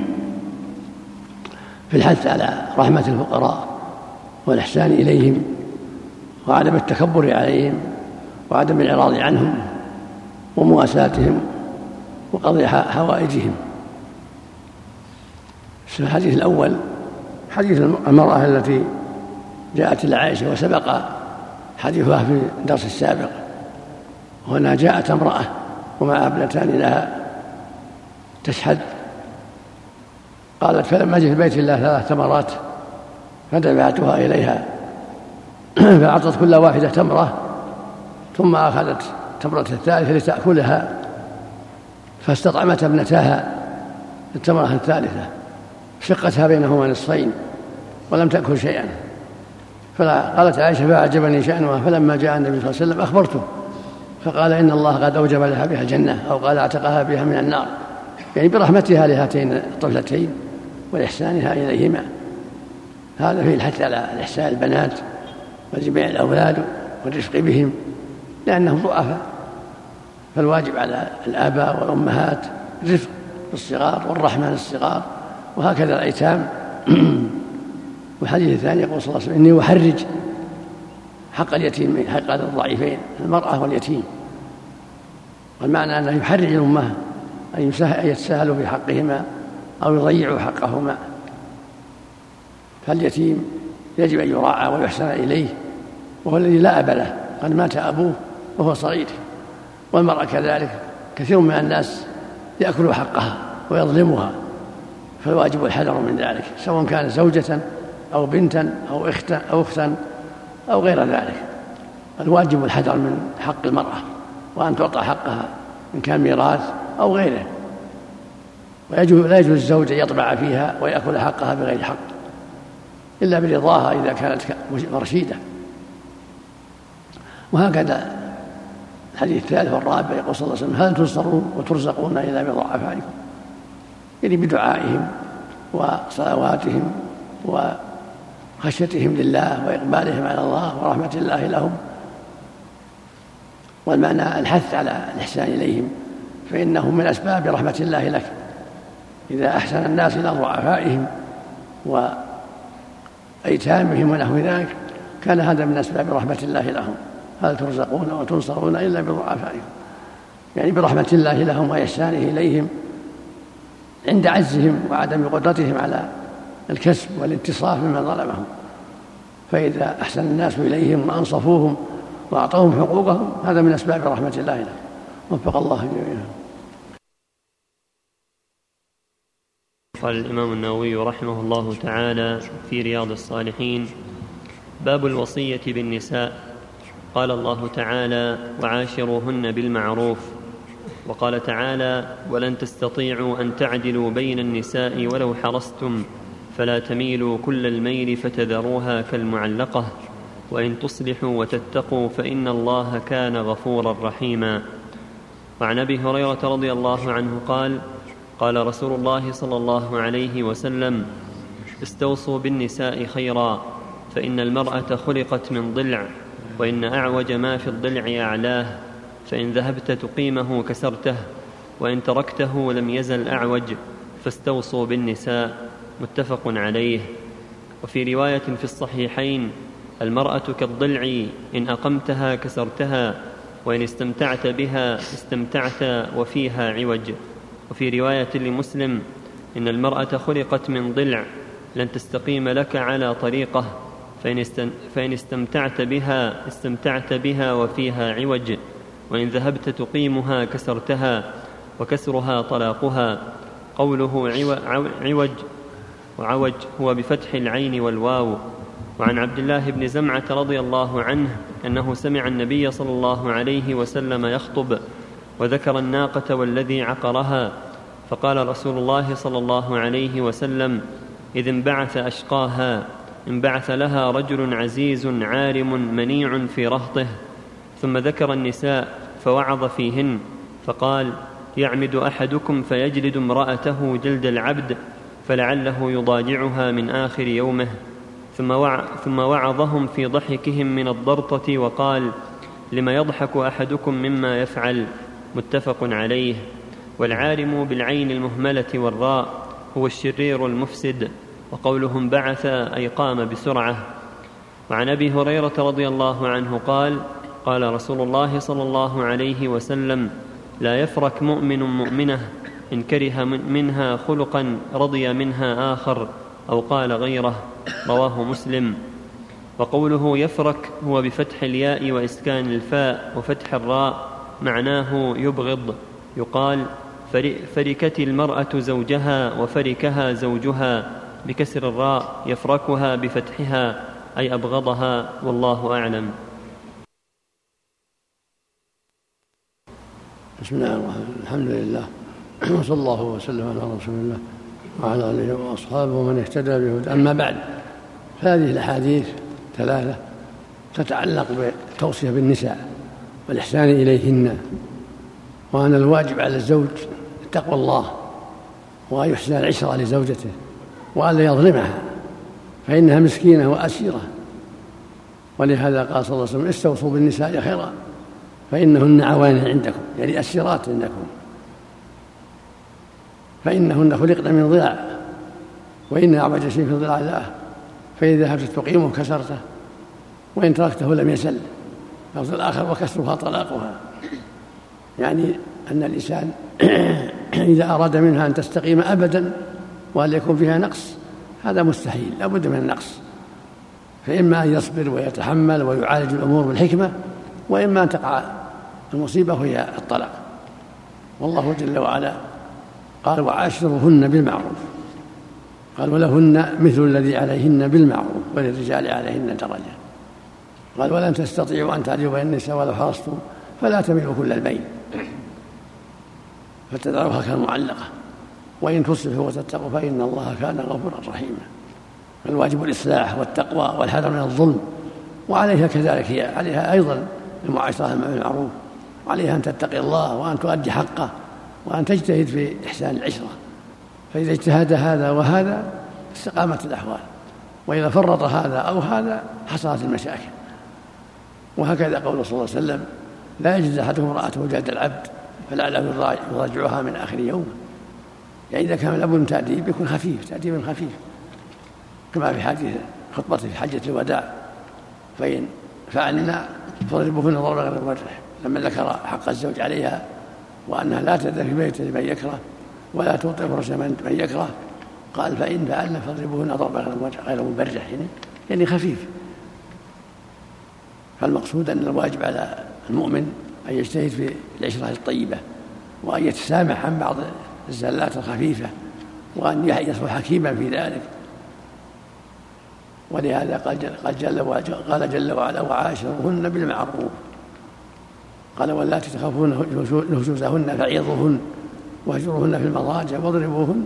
في الحث على رحمة الفقراء والإحسان إليهم وعدم التكبر عليهم وعدم الإعراض عنهم ومواساتهم وقضاء حوائجهم. الحديث الأول حديث المرأة التي جاءت إلى عائشة وسبق حديثها في الدرس السابق. هنا جاءت امرأة ومعها ابنتان لها تشهد، قالت فلما جئت بيت الله ثلاث تمرات فدفعتها إليها فأعطت كل واحدة تمرة ثم أخذت تمرة الثالثة لتأكلها فاستطعمت ابنتاها التمرة الثالثة شقتها بينهما نصفين ولم تأكل شيئا. فقالت عائشة فأعجبني شأنها، فلما جاء النبي صلى الله عليه وسلم أخبرته فقال إن الله قد أوجب لها بها الجنة أو قال اعتقها بها من النار، يعني برحمتها لهاتين الطفلتين وإحسانها إليهما. هذا فيه الحث على الإحسان البنات وجميع الأولاد والرفق بهم لأنهم ضعفاء، فالواجب على الآباء والأمهات الرفق بالصغار والرحمة للصغار، وهكذا الأيتام. والحديث الثاني يقول صلى الله عليه وسلم إني أحرج حق اليتيم حق الضعيفين المرأة واليتيم، والمعنى أنه يحرج الأمة أن يتساهلوا في حقهما أو يضيعوا حقهما. فاليتيم يجب أن يراعى ويحسن إليه، وهو الذي لا أب له، قد مات أبوه وهو صغير. والمرأة كذلك كثير من الناس يأكل حقها ويظلمها، فالواجب الحذر من ذلك سواء كان زوجة أو بنتا أو أختا أو أختا أو غير ذلك. الواجب الحذر من حق المرأة وأن تعطى حقها إن كان ميراث أو غيره، ولا يجوز الزوج أن يطمع فيها ويأكل حقها بغير حق إلا برضاها إذا كانت رشيدة. وهكذا الحديث الثالث والرابع يقول صلى الله عليه وسلم هل تنصرون وترزقون إلا بضعفائكم، يعني بدعائهم وصلواتهم وخشيتهم لله وإقبالهم على الله ورحمة الله لهم. والمعنى الحث على الإحسان إليهم، فإنهم من أسباب رحمة الله لك. إذا أحسن الناس إلى ضعفائهم وأيتامهم ونحو ذلك كان هذا من أسباب رحمة الله لهم. هل ترزقون وتنصرون إلا بضعفائكم، يعني برحمة الله لهم وإحسانه إليهم عند عجزهم وعدم قدرتهم على الكسب والانتصاف ممن ظلمهم. فإذا أحسن الناس إليهم وأنصفوهم وأعطوهم حقوقهم هذا من أسباب رحمة الله لهم. وفق الله جميعا.
قال الإمام النووي رحمه الله تعالى في رياض الصالحين: باب الوصية بالنساء. قال الله تعالى: وعاشروهن بالمعروف. وقال تعالى: ولن تستطيعوا أن تعدلوا بين النساء ولو حرصتم فلا تميلوا كل الميل فتذروها كالمعلقة وإن تصلحوا وتتقوا فإن الله كان غفورا رحيما. وعن أبي هريرة رضي الله عنه قال: قال رسول الله صلى الله عليه وسلم: استوصوا بالنساء خيرا، فإن المرأة خلقت من ضلع، وإن أعوج ما في الضلع أعلاه، فإن ذهبت تقيمه كسرته، وإن تركته لم يزل أعوج، فاستوصوا بالنساء. متفق عليه. وفي رواية في الصحيحين: المرأة كالضلع، إن أقمتها كسرتها، وإن استمتعت بها استمتعت وفيها عوج. وفي رواية لمسلم: إن المرأة خلقت من ضلع، لن تستقيم لك على طريقة، فإن استمتعت بها استمتعت بها وفيها عوج، وإن ذهبت تقيمها كسرتها، وكسرها طلاقها. قوله عوج وعوج هو بفتح العين والواو. وعن عبد الله بن زمعة رضي الله عنه أنه سمع النبي صلى الله عليه وسلم يخطب وذكر الناقة والذي عقرها، فقال رسول الله صلى الله عليه وسلم: إذ انبعث أشقاها، انبعث لها رجل عزيز عارم منيع في رهطه، ثم ذكر النساء فوعظ فيهن فقال: يعمد أحدكم فيجلد امرأته جلد العبد فلعله يضاجعها من آخر يومه. ثم, وع ثم وعظهم في ضحكهم من الضرطة وقال: لم يضحك أحدكم مما يفعل؟ متفق عليه. والعارم بالعين المهملة والراء هو الشرير المفسد، وقولهم بعث أي قام بسرعة. وعن أبي هريرة رضي الله عنه قال: قال رسول الله صلى الله عليه وسلم: لا يفرك مؤمن مؤمنة إن كره منها خلقا رضي منها آخر، أو قال غيره. رواه مسلم. وقوله يفرك هو بفتح الياء وإسكان الفاء وفتح الراء، معناه يبغض. يقال: فركت المرأة زوجها وفركها زوجها، بكسر الراء، يفركها بفتحها أي أبغضها، والله أعلم.
بسم الله الرحمن الرحيم. الحمد لله، وصلى الله وسلم على رسول الله وعلى آله وأصحابه ومن اهتدى بهداه. أما بعد، فهذه الأحاديث ثلاثة تتعلق بالتوصية بالنساء والإحسان إليهن، وأن الواجب على الزوج تقوى الله وأن يحسن العشرة لزوجته وأن لا يظلمها، فإنها مسكينة وأسيرة. ولهذا قال صلى الله عليه وسلم: استوصوا بالنساء خيرا فإنهن عوان عندكم، يعني أسيرات عندكم، فإنهن خلقن من ضلع، وإن أعوج شيء في الضلع ذاه، فإذا ذهبت تقيمه كسرته، وإن تركته لم يزل. لفظ الآخر: وكسرها طلاقها، يعني أن الإنسان إذا أراد منها أن تستقيم أبدا وأن يكون فيها نقص، هذا مستحيل، لا بد من النقص. فإما أن يصبر ويتحمل ويعالج الأمور بالحكمة، وإما أن تقع المصيبة وهي الطلاق. والله جل وعلا قال: وعاشرهن بالمعروف. قال: ولهن مثل الذي عليهن بالمعروف وللرجال عليهن درجة. قال: ولن تستطيعوا أن تعدلوا بين النساء ولو حرصتم فلا تميلوا كل الميل فتذروها كالمعلقة، وإن تصلحوا وتتقوا فإن الله كان غفورا رحيما. الواجب الإصلاح والتقوى والحذر من الظلم، وعليها كذلك هي عليها أيضا المعاشرة بالمعروف، وعليها أن تتقي الله وأن تؤدي حقه وأن تجتهد في إحسان العشرة. فإذا اجتهد هذا وهذا استقامت الأحوال، وإذا فرط هذا أو هذا حصلت المشاكل. وهكذا قول صلى الله عليه وسلم: لا يجد أحدكم امرأته جلد العبد فلعله يراجعها من آخر يوم. يعني إذا كان لابد من تأديب يكون خفيف، تأديب خفيف، كما في حديث خطبته في حجة الوداع: فإن فعلنا فاضربوهن ضربا غير مبرح، لما ذكر حق الزوج عليها وأنها لا تأذن في بيته لمن يكره ولا توطئ فرش من يكره، قال: فإن فعلنا فاضربوهن ضربا غير مبرح، يعني, يعني خفيف. فالمقصود أن الواجب على المؤمن أن يجتهد في العشرة الطيبة، وأن يتسامح عن بعض الزلات الخفيفة، وأن يصبح حكيما في ذلك. ولهذا قال جل وعلا, قال جل وعلا: وعاشرهن بالمعروف. قال: واللاتي تخافون نشوزهن فعظوهن واهجروهن في المضاجع واضربوهن.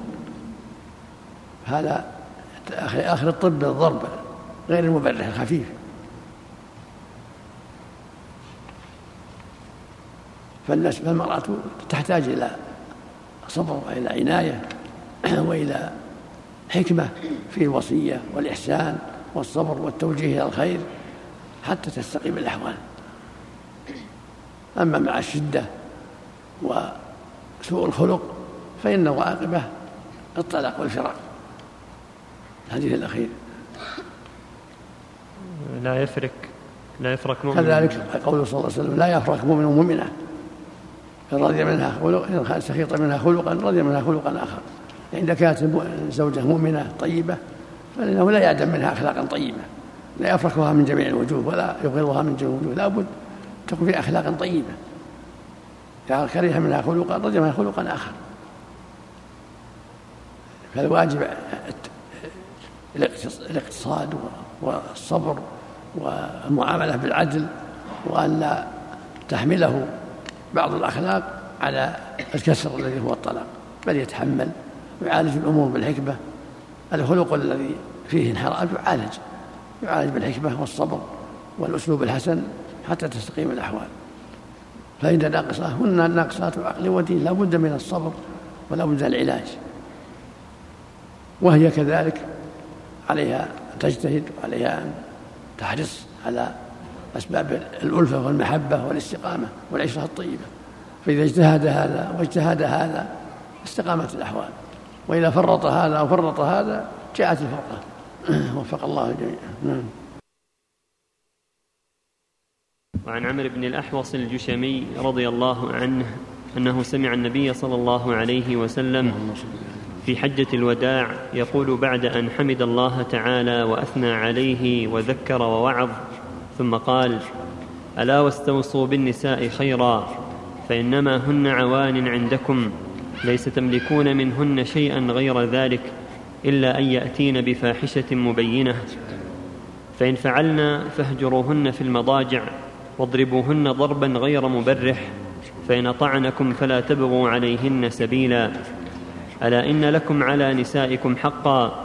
هذا آخر الطب بالضرب غير المبرح الخفيف. فالمرأة تحتاج إلى صبر وإلى عناية وإلى حكمة في الوصية والإحسان والصبر والتوجيه إلى الخير حتى تستقيم الأحوال. أما مع الشدة وسوء الخلق فإن عاقبة الطلاق والفراق. الحديث الأخير:
لا يفرك لا يفرك مؤمن.
كذلك قوله صلى الله عليه وسلم: لا يفرك مؤمن مؤمنة إن رضي منها خلقا إن سخط منها خلقا رضي منها خلقا آخر. إذا كانت زوجة مؤمنة طيبة فإنه لا يعدم منها أخلاقا طيبة، لا يفركها من جميع الوجوه ولا يبغضها من جميع الوجوه، لا بد تكون في أخلاق طيبة. إذا كره منها خلقا رضي منها خلقا آخر. فالواجب الاقتصاد والصبر والمعاملة بالعدل، وأن لا تحمله بعض الأخلاق على الكسر الذي هو الطلاق، بل يتحمل ويعالج الأمور بالحكمة. الخلق الذي فيه انحراف يعالج يعالج بالحكمة والصبر والأسلوب الحسن حتى تستقيم الأحوال. فإذا ناقصة هن ناقصات عقل ودين، لا بد من الصبر ولا بد من العلاج، وهي كذلك عليها أن تجتهد وعليها أن تحرص على أسباب الألفة والمحبة والاستقامة والعشرة الطيبة. فإذا اجتهد هذا واجتهد هذا استقامت الأحوال، وإذا فرط هذا أو فرط هذا جاءت الفرقة. وفق الله الجميع. نعم.
وعن عمرو بن الأحوص الجشمي رضي الله عنه أنه سمع النبي صلى الله عليه وسلم في حجة الوداع يقول بعد أن حمد الله تعالى وأثنى عليه وذكر ووعظ، ثم قال: ألا واستوصوا بالنساء خيرا، فإنما هن عوان عندكم، ليس تملكون منهن شيئا غير ذلك إلا أن يأتين بفاحشة مبينة، فإن فعلنا فاهجروهن في المضاجع واضربوهن ضربا غير مبرح، فإن أطعنكم فلا تبغوا عليهن سبيلا. ألا إن لكم على نسائكم حقا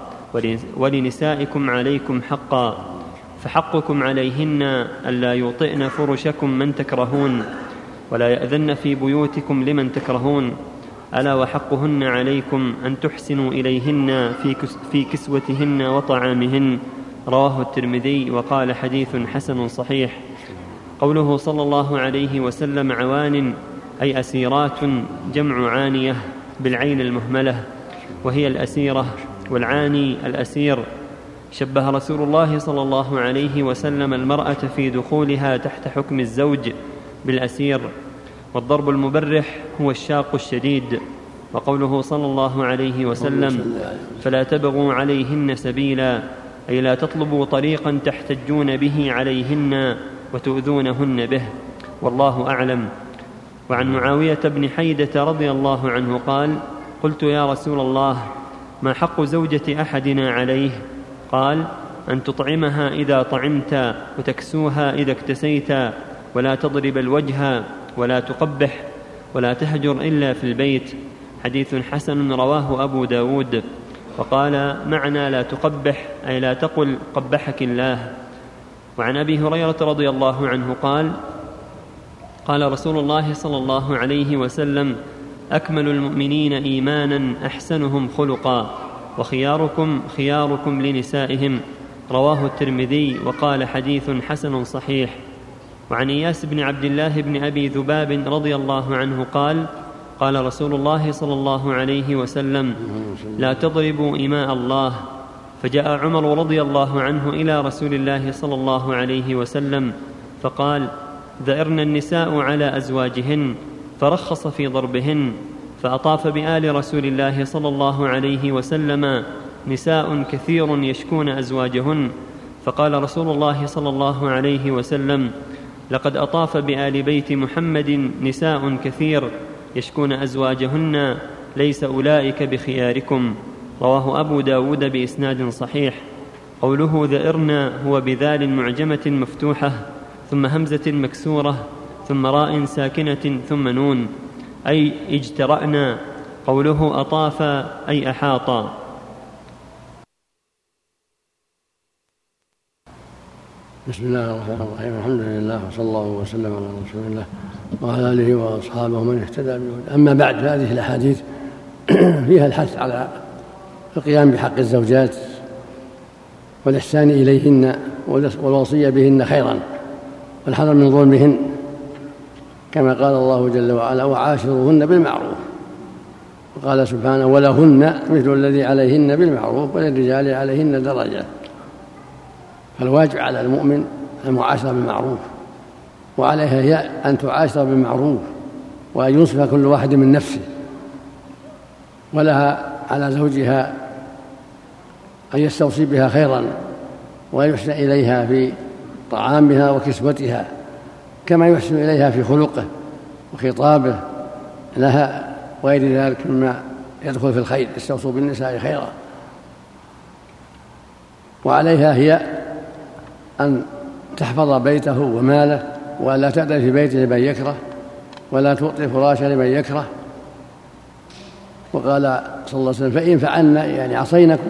ولنسائكم عليكم حقا، فحقكم عليهن ألا يوطئن فرشكم من تكرهون، ولا يأذن في بيوتكم لمن تكرهون. ألا وحقهن عليكم أن تحسنوا إليهن في كسوتهن وطعامهن. رواه الترمذي وقال حديث حسن صحيح. قوله صلى الله عليه وسلم عوان أي أسيرات، جمع عانية بالعين المهملة، وهي الأسيرة، والعاني الأسير. شبه رسول الله صلى الله عليه وسلم المرأة في دخولها تحت حكم الزوج بالأسير. والضرب المبرح هو الشاق الشديد. وقوله صلى الله عليه وسلم فلا تبغوا عليهن سبيلا، أي لا تطلبوا طريقا تحتجون به عليهن وتؤذونهن به، والله أعلم. وعن معاوية بن حيدة رضي الله عنه قال: قلت يا رسول الله ما حق زوجة أحدنا عليه؟ قال: أن تطعمها إذا طعمت، وتكسوها إذا اكتسيت، ولا تضرب الوجه، ولا تقبح، ولا تهجر إلا في البيت. حديث حسن رواه أبو داود. وقال معنى لا تقبح أي لا تقل قبحك الله. وعن أبي هريرة رضي الله عنه قال: قال رسول الله صلى الله عليه وسلم: أكمل المؤمنين إيمانا أحسنهم خلقا، وخياركم خياركم لنسائهم. رواه الترمذي وقال حديث حسن صحيح. وعن إياس بن عبد الله بن أبي ذباب رضي الله عنه قال: قال رسول الله صلى الله عليه وسلم: لا تضربوا إماء الله. فجاء عمر رضي الله عنه إلى رسول الله صلى الله عليه وسلم فقال: ذئرن النساء على أزواجهن، فرخص في ضربهن. فأطاف بآل رسول الله صلى الله عليه وسلم نساء كثير يشكون أزواجهن، فقال رسول الله صلى الله عليه وسلم: لقد أطاف بآل بيت محمد نساء كثير يشكون أزواجهن، ليس أولئك بخياركم. رواه أبو داود بإسناد صحيح. قوله ذئرن هو بذال معجمة مفتوحة ثم همزة مكسورة ثم راء ساكنة ثم نون، أي اجترأنا. قوله أطاف أي أحاط.
بسم الله الرحمن الرحيم. الحمد لله وصلى الله وسلم على رسول الله وعلى آله وأصحابه من اهتدى بهداه. أما بعد، هذه الأحاديث فيها الحث على القيام بحق الزوجات والإحسان إليهن والوصية بهن خيرا، والحذر من ظلمهن، كما قال الله جل وعلا: وعاشروهن بالمعروف. وقال سبحانه: ولهن مثل الذي عليهن بالمعروف وللرجال عليهن درجة. فالواجب على المؤمن المعاشرة بالمعروف، وعليها هي أن تعاشر بالمعروف، وأن ينصف كل واحد من نفسه، ولها على زوجها أن يستوصي بها خيرا وأن يحسن إليها في طعامها وكسوتها، كما يحسن إليها في خلقه وخطابه لها وغير ذلك مما يدخل في الخير. استوصوا بالنساء خيرا. وعليها هي أن تحفظ بيته وماله، ولا تأذن في بيته لمن يكره، ولا تؤطي فراشه لمن يكره. وقال صلى الله عليه وسلم: فإن فعلنا يعني عصينكم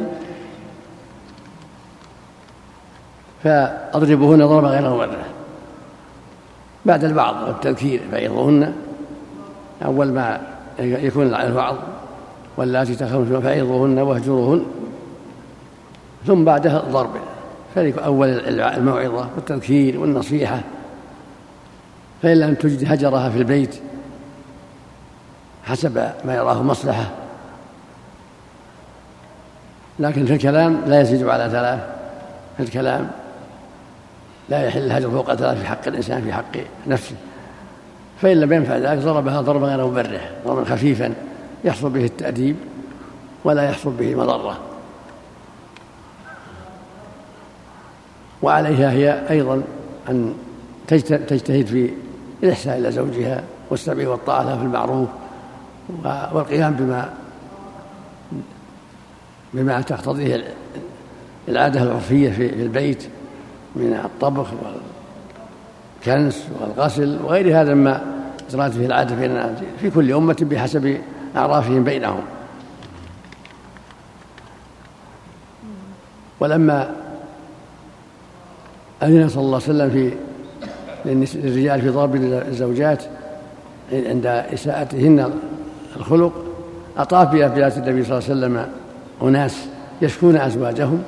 فأضربوهن ضربا غير مبرح. بعد الوعظ والتذكير فعظوهن، أول ما يكون الوعظ واللاتي تخافون فعظوهن واهجروهن، ثم بعدها الضرب، فليكن أول الموعظة والتذكير والنصيحة، فإن لم تجد هجرها في البيت حسب ما يراه مصلحة، لكن في الكلام لا يزيد على ثلاث، في الكلام لا يحل الهجر فوق ثلاث في حق الإنسان في حق نفسه، فإن لم ينفع ذلك ضربها ضربا غير مبرح، ضربا خفيفا يحصل به التأديب ولا يحصل به مضرة. وعليها هي أيضا أن تجتهد في الإحسان إلى زوجها والسمع والطاعة له في المعروف، والقيام بما بما تقتضيه العادة العرفية في البيت من الطبخ والكنس والغسل وغير هذا مما جرت فيه العادة بين في كل أمة بحسب أعرافهم بينهم. ولما أذن صلى الله عليه وسلم في للرجال في ضرب الزوجات عند إساءتهن الخلق، أطاف بأبيات النبي صلى الله عليه وسلم أناس يشكون أزواجهم،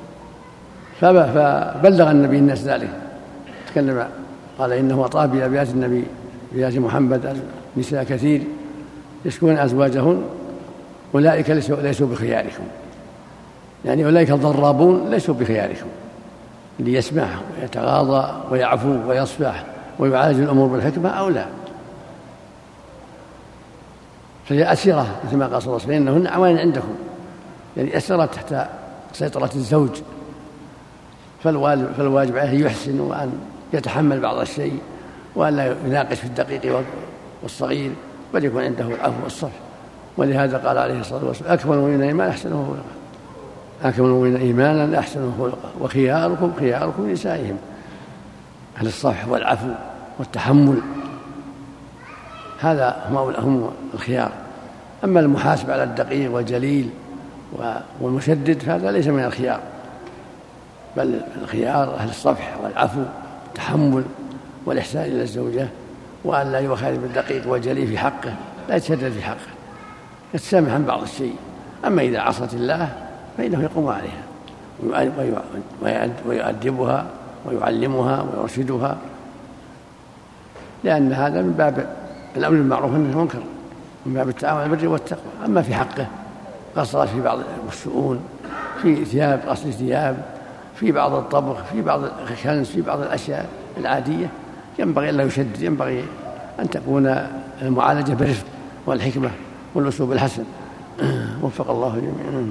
فبلغ النبي الناس ذلك، تكلم قال إنه أطاف بأبيات النبي بأبيات محمد نساء كثير يشكون أزواجهن أولئك ليسوا بخياركم، يعني أولئك الضرابون ليسوا بخياركم، اللي يسمع ويتغاضى ويعفو ويصفح ويعالج الأمور بالحكمة أو لا، فهي أسيرة مثل ما قال صلى الله عليه وسلم إنهن عوان عندكم، يعني أسيرة تحت سيطرة الزوج، فالواجب عليه يحسن وأن يتحمل بعض الشيء وأن لا يناقش في الدقيق والصغير، بل يكون عنده العفو والصفح. ولهذا قال عليه الصلاة والسلام أكمل المؤمنين إيمانا أحسنهم خلقا، أكمل المؤمنين إيمانا أحسنهم خلقا، وخياركم خياركم لنسائهم، أهل الصفح والعفو والتحمل، هذا هم الخيار. أما المحاسبة على الدقيق والجليل والمشدد فهذا ليس من الخيار، بل الخيار أهل الصفح والعفو والتحمل والإحسان إلى الزوجة، وأن لا يخالف بالدقيق والجليل في حقه، لا يتشدد في حقه، يتسامح عن بعض الشيء. أما إذا عصت الله فإنه يقوم عليها ويؤدبها ويعلمها ويرشدها، لأن هذا من باب الأمر بالمعروف والنهي عن المنكر، من باب التعاون على البر والتقوى. أما في حقه قصرت في بعض الشؤون، في ثياب غسل ثياب، في بعض الطبخ، في بعض الكنس، في بعض الأشياء العادية، ينبغي أن لا يشدد، ينبغي أن تكون المعالجة بالرفق والحكمة والأسلوب الحسن. وفق الله جميعا.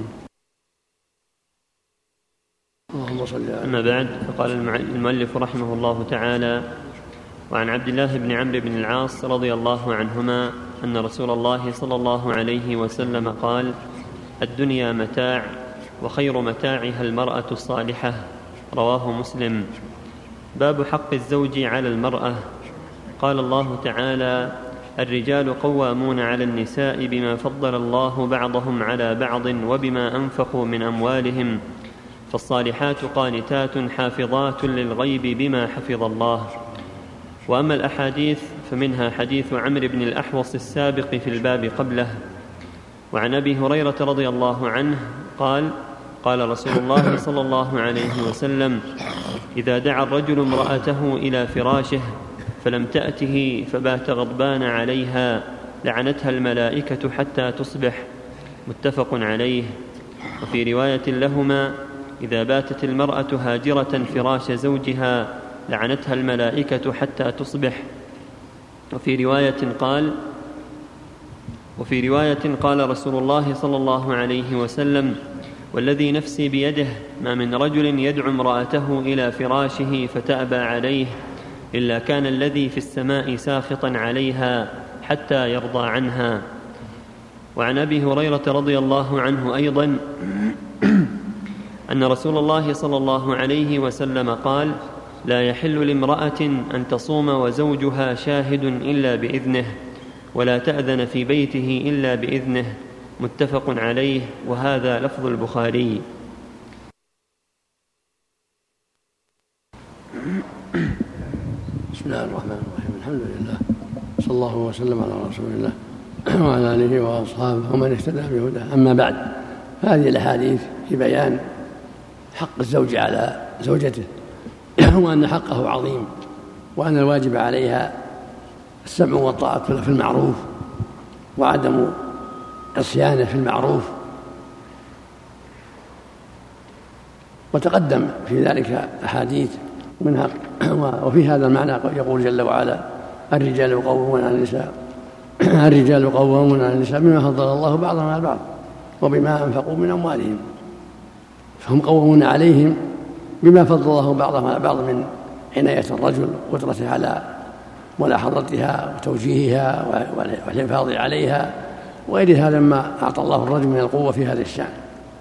اللهم صل على.
أما بعد، فقال المؤلف رحمه الله تعالى: وعن عبد الله بن عمرو بن العاص رضي الله عنهما أن رسول الله صلى الله عليه وسلم قال: الدنيا متاع، وخير متاعها المرأة الصالحة. رواه مسلم. باب حق الزوج على المرأة. قال الله تعالى: الرجال قوامون على النساء بما فضل الله بعضهم على بعض وبما أنفقوا من أموالهم، فالصالحات قانتات حافظات للغيب بما حفظ الله. وأما الأحاديث فمنها حديث عمرو بن الأحوص السابق في الباب قبله. وعن أبي هريرة رضي الله عنه قال: قال رسول الله صلى الله عليه وسلم: إذا دعا الرجل امرأته إلى فراشه فلم تأته فبات غضبان عليها لعنتها الملائكة حتى تصبح. متفق عليه. وفي رواية لهما: إذا باتت المرأة هاجرة فراش زوجها لعنتها الملائكة حتى تصبح. وفي رواية قال وفي رواية قال رسول الله صلى الله عليه وسلم: والذي نفسي بيده ما من رجل يدعو امرأته إلى فراشه فتأبى عليه إلا كان الذي في السماء ساخطا عليها حتى يرضى عنها. وعن أبي هريرة رضي الله عنه أيضا أن رسول الله صلى الله عليه وسلم قال: لا يحل لامرأة أن تصوم وزوجها شاهد إلا بإذنه، ولا تأذن في بيته إلا بإذنه. متفق عليه. وهذا لفظ البخاري.
بسم الله الرحمن الرحيم. الله وسلم على رسول الله وعلى آله وأصحابه ومن اهتدى بهداه. أما بعد، هذه الأحاديث في بيان حق الزوج على زوجته وأن حقه عظيم، وأن الواجب عليها السمع والطاعة في المعروف وعدم عصيانه في المعروف. وتقدم في ذلك أحاديث منها، وفي هذا المعنى يقول جل وعلا: الرجال قوامون على النساء الرجال قوامون على النساء بما فضل الله بعضهم على بعض وبما أنفقوا من أموالهم. فهم قوامون عليهم بما فضل الله بعضهم على بعض من عناية الرجل وقدرته على ملاحظتها وتوجيهها والحفاظ عليها وغير هذا ما أعطى الله الرجل من القوة في هذا الشأن.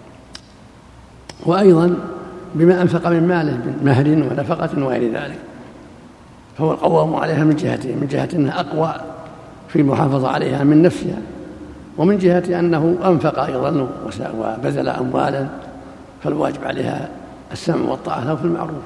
وأيضا بما أنفق من ماله من مهر ونفقة وغير ذلك، فهو القوام عليها من جهتين: من جهة أنها أقوى في المحافظة عليها من نفسها، ومن جهة أنه أنفق أيضا وبذل أموالا، فالواجب عليها السمع والطاعة له في المعروف.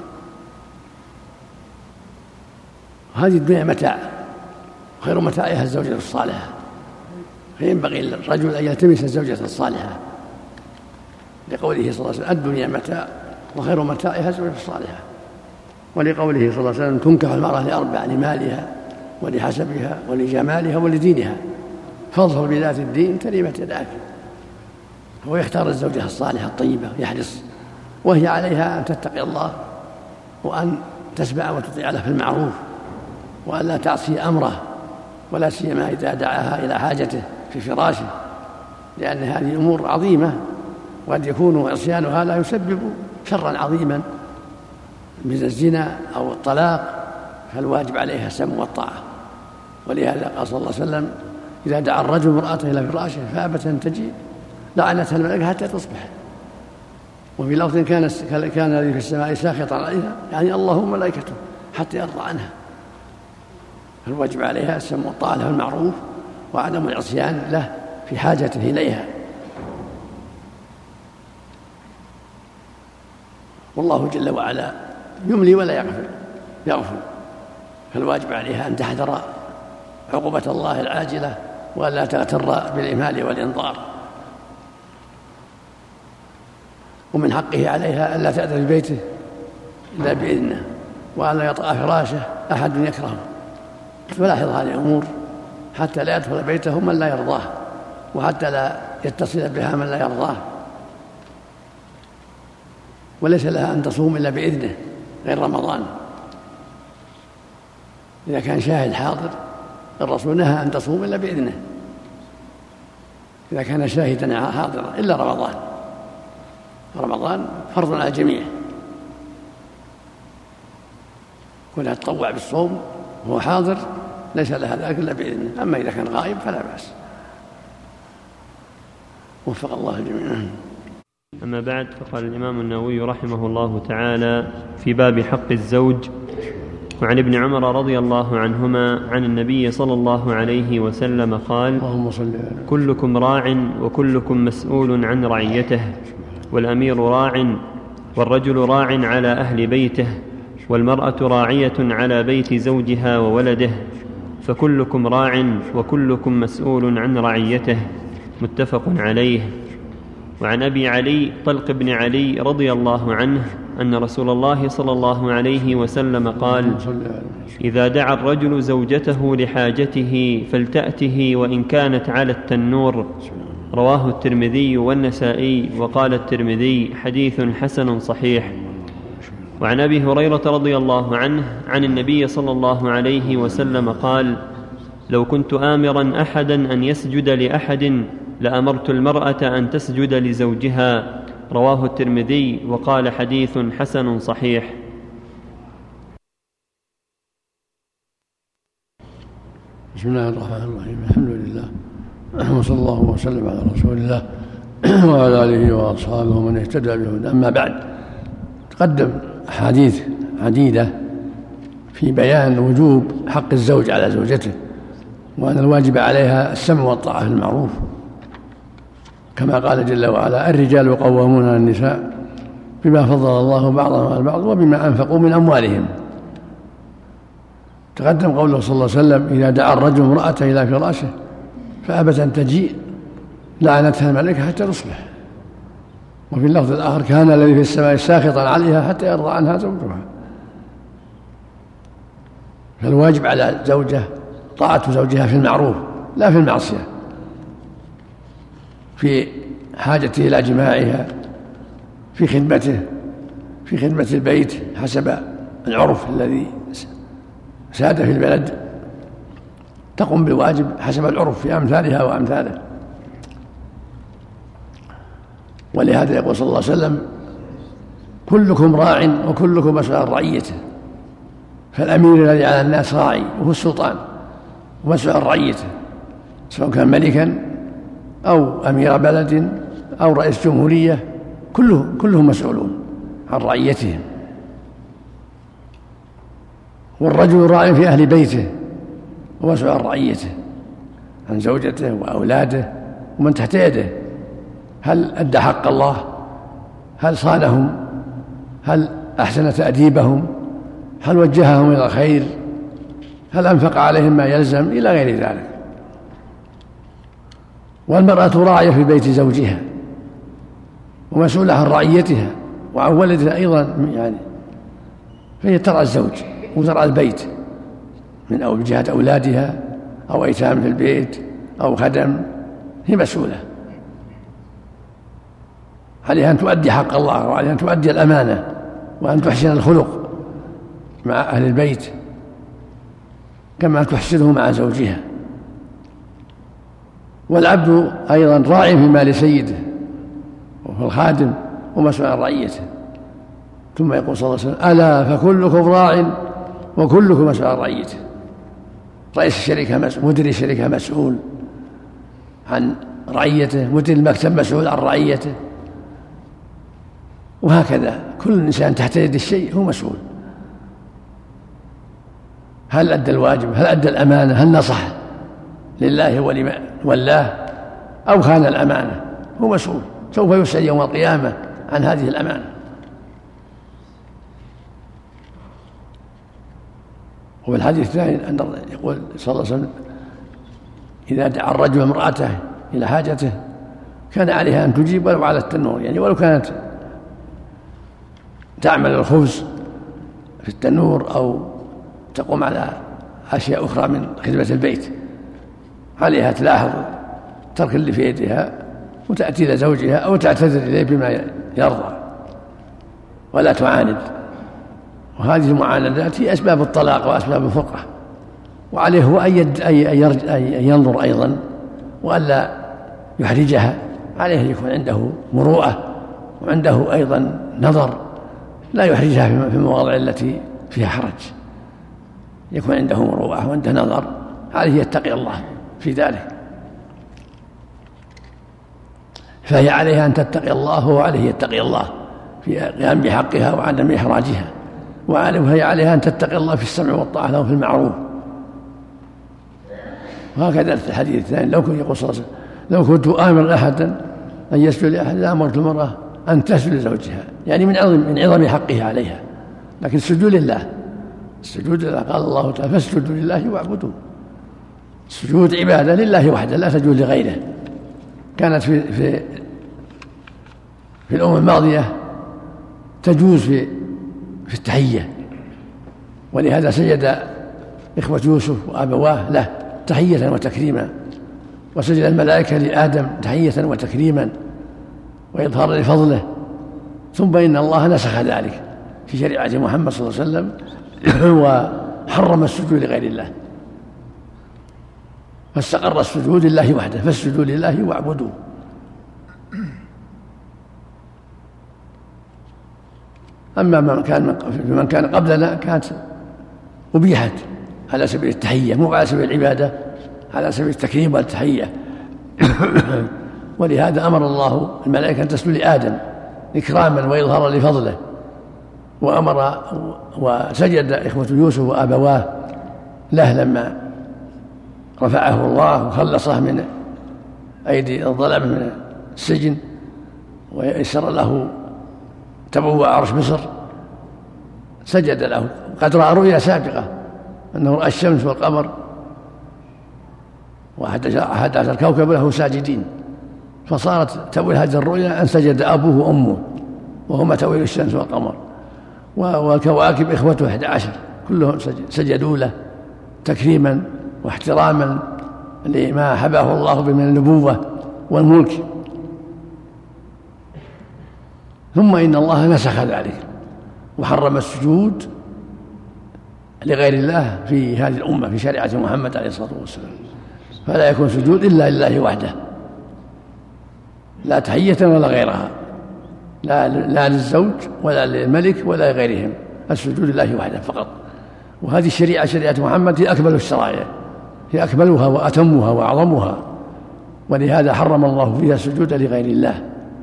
وهذه الدنيا متاع، خير متاعها الزوجة الصالحة، فينبغي للرجل أن يلتمس الزوجة الصالحة، لقوله صلى الله عليه وسلم: الدنيا متاع وخير متاعها الزوجة الصالحة. ولقوله صلى الله عليه وسلم: تنكح المرأة لأربع: لمالها ولحسبها ولجمالها ولدينها، فاظفر بذات الدين تربت يداك. هو يختار الزوجة الصالحة الطيبة، يحرص، وهي عليها أن تتقي الله وأن تسمع وتطيع له في المعروف، وأن لا تعصي أمره، ولا سيما إذا دعاها إلى حاجته في فراشه، لأن هذه أمور عظيمة وقد يكون عصيانها لا يسبب شرا عظيما مثل الزنا أو الطلاق، فالواجب عليها السمع والطاعة. ولهذا قال صلى الله عليه وسلم: إذا دعا الرجل امرأته إلى فراشه فأبت أن تجيء لعنتها الملائكة حتى تصبح. وفي لفظ: كان كان الذي في السماء ساخطا عليها، يعني الله وملائكته، حتى يرضى عنها. فالواجب عليها السمع والطاعة له المعروف وعدم العصيان له في حاجته إليها. والله جل وعلا يملي ولا يغفر يغفر فالواجب عليها أن تحذر عقوبة الله العاجلة ولا تغتر بالإمهال والإنظار. ومن حقه عليها ألا تأذن في بيته إلا بإذنه، وألا يطأ فراشه أحد يكرهه. فلاحظ هذه الأمور حتى لا يدخل بيته من لا يرضاه، وحتى لا يتصل بها من لا يرضاه. وليس لها أن تصوم إلا بإذنه غير رمضان. إذا كان شاهد حاضر الرسول نهى أن تصوم إلا بإذنه، إذا كان شاهدا حاضرا، إلا رمضان. رمضان فرض على الجميع، كلها تطوع بالصوم وهو حاضر ليس لها ذلك إلا بإذنه. أما إذا كان غائب فلا بأس. وفق الله الجميع.
أما بعد، فقال الإمام النووي رحمه الله تعالى في باب حق الزوج: وعن ابن عمر رضي الله عنهما عن النبي صلى الله عليه وسلم قال: كلكم راع وكلكم مسؤول عن رعيته، والأمير راع، والرجل راع على أهل بيته، والمرأة راعية على بيت زوجها وولده، فكلكم راع وكلكم مسؤول عن رعيته. متفق عليه. وعن أبي علي طلق بن علي رضي الله عنه أن رسول الله صلى الله عليه وسلم قال: إذا دعا الرجل زوجته لحاجته فلتأته وإن كانت على التنور. رواه الترمذي والنسائي، وقال الترمذي: حديث حسن صحيح. وعن أبي هريرة رضي الله عنه عن النبي صلى الله عليه وسلم قال: لو كنت آمرا أحدا أن يسجد لأحد لأمرت المرأة أن تسجد لزوجها. رواه الترمذي، وقال: حديث حسن صحيح.
بسم الله الرحمن الرحيم. الحمد لله، وصلى الله وسلم على رسول الله وعلى آله وأصحابه ومن اهتدى بهداه. أما بعد، تقدم أحاديث عديدة في بيان وجوب حق الزوج على زوجته، وأن الواجب عليها السمع والطاعة في المعروف، كما قال جل وعلا: الرجال قوامون على النساء بما فضل الله بعضهم على بعض وبما أنفقوا من أموالهم. تقدم قوله صلى الله عليه وسلم إذا دعا الرجل امرأته إلى فراشه فأبت أن تجيء لعنتها الملائكة حتى تصبح. وفي اللفظ الآخر كان الذي في السماء ساخطا عليها حتى يرضى عنها زوجها. فالواجب على زوجة طاعة زوجها في المعروف لا في المعصية، في حاجته إلى جماعها، في خدمته، في خدمة البيت حسب العرف الذي ساد في البلد، تقوم بالواجب حسب العرف في أمثالها وأمثاله. ولهذا يقول صلى الله عليه وسلم كلكم راع وكلكم مسؤول عن رعيته. فالأمير الذي على الناس راعي وهو السلطان ومسؤول عن رعيته، سواء كان ملكا أو أمير بلد أو رئيس جمهورية، كلهم كلهم مسؤولون عن رعيتهم. والرجل راع في أهل بيته ومسؤول عن رعيته، عن زوجته وأولاده ومن تحت يده. هل أدى حق الله؟ هل صانهم؟ هل أحسن تأديبهم؟ هل وجههم إلى الخير؟ هل أنفق عليهم ما يلزم؟ إلى غير ذلك. والمرأة راعية في بيت زوجها ومسؤولة عن رعيتها وعن ولدها أيضا، يعني فهي ترعى الزوج وترعى البيت من أو بجهة أولادها أو أيتام في البيت أو خدم، هي مسؤولة. عليها أن تؤدي حق الله وعليها أن تؤدي الأمانة وأن تحسن الخلق مع أهل البيت كما تحسنه مع زوجها. والعبد أيضا راع في مال سيده وهو الخادم ومسؤول عن رعيته. ثم يقول صلى الله عليه وسلم ألا فكلكم راع وكلكم مسؤول عن رعيته. رئيس الشركة مسؤول، مدير الشركة مسؤول عن رعيته، مدير المكتب مسؤول عن رعيته، وهكذا كل إنسان تحت يد الشيء هو مسؤول. هل أدى الواجب؟ هل أدى الأمانة؟ هل نصح لله ولمن ولاه أو خان الأمانة؟ هو مسؤول، سوف يسأل يوم القيامة عن هذه الأمانة. وفي الحديث الثاني أن يقول صلى الله عليه وسلم إذا دعا الرجل امرأته إلى حاجته كان عليها أن تجيب ولو على التنور، يعني ولو كانت تعمل الخبز في التنور أو تقوم على أشياء أخرى من خدمة البيت، عليها تلاحظ ترك اللي في يدها وتأتي إلى زوجها أو تعتذر إليه بما يرضى ولا تعاند. وهذه المعاندات هي أسباب الطلاق وأسباب الفرقة. وعليه هو أن ينظر أيضا وألا يحرجها، عليه أن يكون عنده مروءة وعنده أيضا نظر، لا يحرجها في المواضع التي فيها حرج، يكون عنده مروءة وعنده نظر، عليه يتقي الله في ذلك. فهي عليها أن تتقي الله وعليه يتقي الله في قيام بحقها وعدم إحراجها، وهي عليها أن تتقي الله في السمع والطاعة له في المعروف. وهكذا في الحديث الثاني لو كنت يقول صلى الله عليه وسلم لو كنت آمر أحدا أن يسجد لأحد لأمرت المرأة أن تسجد لزوجها، يعني من عظم من عظم حقها عليها. لكن السجود لله، السجود لله قال الله تعالى فاسجدوا لله واعبدوا. السجود عبادة لله وحده لا تجوز لغيره. كانت في في في الأمم الماضية تجوز في في التحية، ولهذا سجد إخوة يوسف وأبواه له تحية وتكريما، وسجد الملائكة لآدم تحية وتكريما وإظهارا لفضله. ثم إن الله نسخ ذلك في شريعة محمد صلى الله عليه وسلم وحرم السجود لغير الله، فاستقر السجود لله وحده، فاسجدوا لله واعبدوا. أما من كان من كان قبلنا كانت أبيحت على سبيل التحية، مو على سبيل العبادة، على سبيل التكريم والتحية. ولهذا أمر الله الملائكة أن تسجد لآدم إكراما وإظهارا لفضله، وأمر وسجد إخوة يوسف وأبواه له لما رفعه الله وخلصه من أيدي الظلم من السجن ويسر له تبوأ عرش مصر، سجد له. قد رأى رؤيا سابقة أنه رأى الشمس والقمر وأحد عشر كوكب له ساجدين، فصارت تأويل هذه الرؤيا أن سجد أبوه وأمه وهما تأويل الشمس والقمر، والكواكب إخوته أحد عشر كلهم سجدوا له تكريما واحتراما لما حباه الله به من النبوة والملك. ثم إن الله نسخ ذلك وحرم السجود لغير الله في هذه الأمة في شريعة محمد عليه الصلاة والسلام، فلا يكون سجود إلا لله وحده، لا تحية ولا غيرها، لا, لا للزوج ولا للملك ولا لغيرهم، السجود لله وحده فقط. وهذه الشريعة شريعة محمد هي أكمل الشرائع، هي أكملها وأتمها وأعظمها، ولهذا حرم الله فيها السجود لغير الله،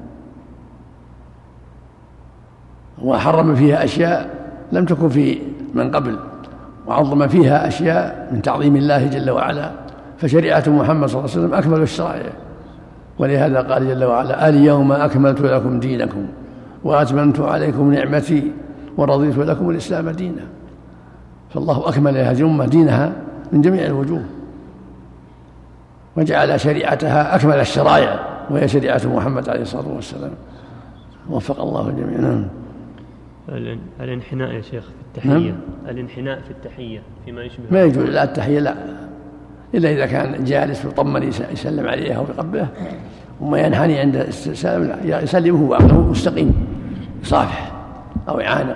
وحرم فيها أشياء لم تكن في من قبل، وعظم فيها أشياء من تعظيم الله جل وعلا. فشريعة محمد صلى الله عليه وسلم أكمل الشرائع، ولهذا قال جل وعلا: اليوم أكملت لكم دينكم وأتممت عليكم نعمتي ورضيت لكم الإسلام دينا. فالله أكمل هذه الأمة دينها من جميع الوجوه، وجعل شريعتها أكمل الشرائع، وهي شريعة محمد عليه الصلاة والسلام. وفق الله الجميع. نعم.
الانحناء يا شيخ في التحية. نعم. الانحناء في التحية فيما يشبه
ما يجوز، لا التحية لا، إلا إذا كان جالس ويطمن يسلم عليه أو يقبله، وما ينحني عند استسلام لا، يسلمه وعقله مستقيم صافح أو يعانق.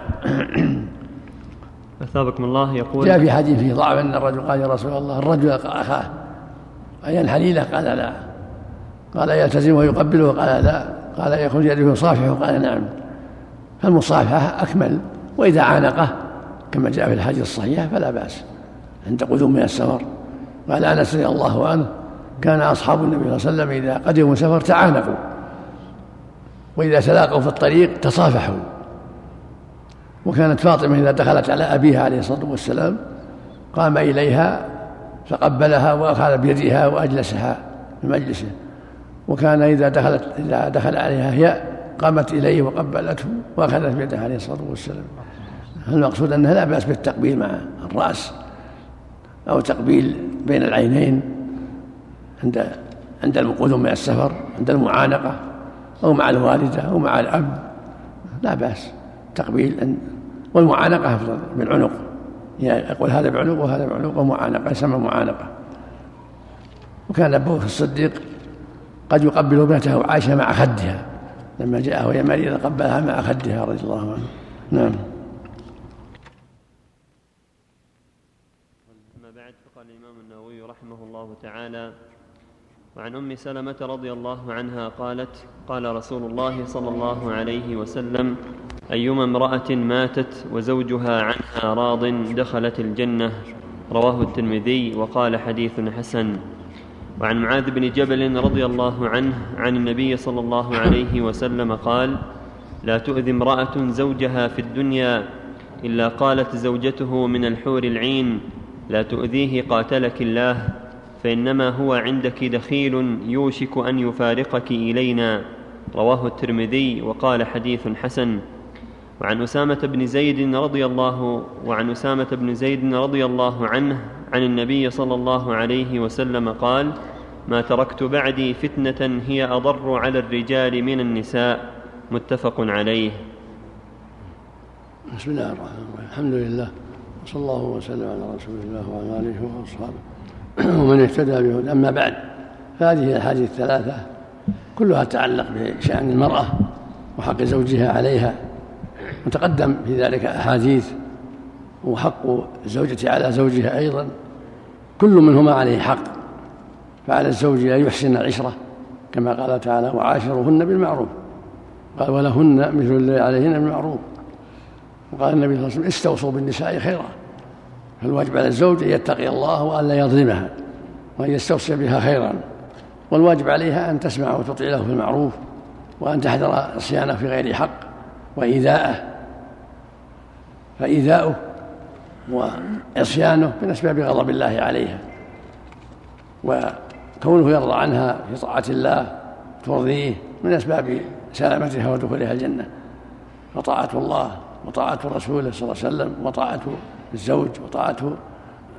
أثابكم الله. يقول
جاء في حديث فيه ضعف أن الرجل قال: يا رسول الله، الرجل أخاه أينحني له؟ قال: لا. قال: يلتزمه ويقبله؟ قال: لا. قال: يخرج يده صافحه؟ قال: نعم. فالمصافحة أكمل، وإذا عانقه كما جاء في الحديث الصحيح فلا بأس عند قدوم من السفر. قال أنس رضي الله عنه: كان أصحاب النبي صلى الله عليه وسلم إذا قدموا سفر تعانقوا، وإذا تلاقوا في الطريق تصافحوا. وكانت فاطمة إذا دخلت على أبيها عليه الصلاة والسلام قام إليها فقبلها وأخذ بيدها وأجلسها في مجلسه، وكان إذا دخلت إذا دخل عليها هي قامت إليه وقبلته وأخذت بيدها عليه الصلاة والسلام. المقصود أنها لا بأس بالتقبيل مع الرأس أو تقبيل بين العينين عند عند القدوم من السفر، عند المعانقة، أو مع الوالدة أو مع الأب، لا بأس تقبيل. والمعانقة أفضل بالعنق، يعني يقول هذا بعنق وهذا بعنق، ومعانقة يسمى معانقة. وكان أبو بكر الصديق قد يقبل ابنته عائشة مع خدها، لما جاء وهي مريضة قبلها مع خدها رضي الله عنه. نعم.
أما بعد، فقال الإمام النووي رحمه الله تعالى: وعن أم سلمة رضي الله عنها قالت: قال رسول الله صلى الله عليه وسلم: أيما امرأة ماتت وزوجها عنها راض دخلت الجنة. رواه الترمذي وقال حديث حسن. وعن معاذ بن جبل رضي الله عنه عن النبي صلى الله عليه وسلم قال: لا تؤذي امرأة زوجها في الدنيا إلا قالت زوجته من الحور العين: لا تؤذيه قاتلك الله، فإنما هو عندك دخيل يوشك أن يفارقك إلينا. رواه الترمذي وقال حديث حسن. وعن أسامة بن زيد رضي الله وعن أسامة بن زيد رضي الله عنه عن النبي صلى الله عليه وسلم قال: ما تركت بعدي فتنة هي أضر على الرجال من النساء. متفق عليه.
بسم الله الرحمن الرحيم. الحمد لله، وصلى الله وسلم على رسول الله وعلى آله وأصحابه ومن اهتدى بهداه. أما بعد، فهذه الأحاديث الثلاثة كلها تتعلق بشأن المرأة وحق زوجها عليها، وتقدم في ذلك أحاديث، وحق الزوجة على زوجها أيضا، كل منهما عليه حق. فعلى الزوج أن يحسن العشرة كما قال تعالى: وعاشروهن بالمعروف. قال: ولهن مثل الذي عليهن بالمعروف. وقال النبي صلى الله عليه وسلم: استوصوا بالنساء خيرا. فالواجب على الزوج أن يتقي الله وأن لا يظلمها، وأن يستوصي بها خيرا. والواجب عليها أن تسمع وتطيع له في المعروف، وأن تحذر عصيانه في غير حق وإيذاءه، فإيذاؤه وعصيانه من أسباب غضب الله عليها، وكونه يرضى عنها في طاعة الله ترضيه من أسباب سلامتها ودخولها الجنة. فطاعة الله وطاعة رسوله صلى الله عليه وسلم وطاعة الزوج وطاعة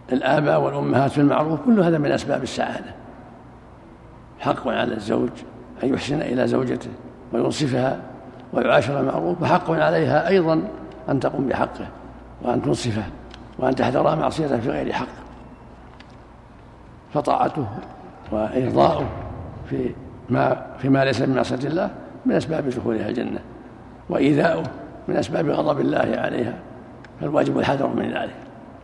الآباء والأمهات في المعروف، كل هذا من أسباب السعادة. حق على الزوج أن يحسن إلى زوجته وينصفها ويعاشرها معروف، وحق عليها أيضا أن تقوم بحقه وأن تنصفه وأن تحذر معصيته في غير حق. فطاعته وإرضاؤه في ما فيما ليس من معصية الله من أسباب دخولها الجنة، وإيذاؤه من أسباب غضب الله عليها، فالواجب الحذر من ذلك.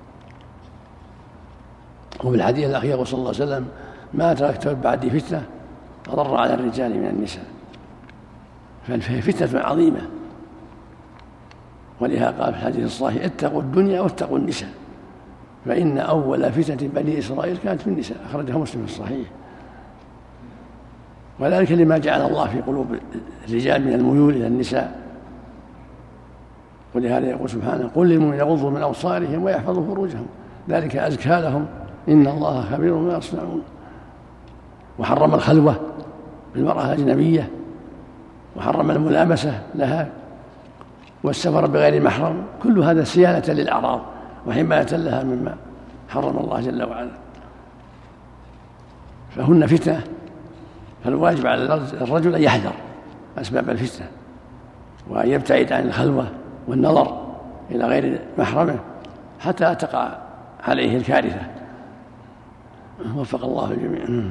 وفي الحديث الأخير صلى الله عليه وسلم: ما تركت بعدي فتنة أضر على الرجال من النساء. فهي فتنة عظيمة، ولها قال في الحديث الصحيح: اتقوا الدنيا واتقوا النساء، فإن أول فتنة بني إسرائيل كانت في النساء. أخرجها مسلم في الصحيح. وذلك لما جعل الله في قلوب الرجال من الميول إلى النساء، ولهذا يقول سبحانه: قل للمؤمنين يغضوا من أبصارهم ويحفظوا فروجهم ذلك أزكى لهم إن الله خبير بما يصنعون. وحرم الخلوة بالمرأة الأجنبية، وحرم الملامسة لها، والسفر بغير محرم، كل هذا صيانة للأعراض وحماية لها مما حرم الله جل وعلا. فهن فتنة، فالواجب على الرجل أن يحذر أسباب الفتنة وأن يبتعد عن الخلوة والنظر إلى غير محرمه حتى تقع عليه الكارثة. وفق الله الجميع.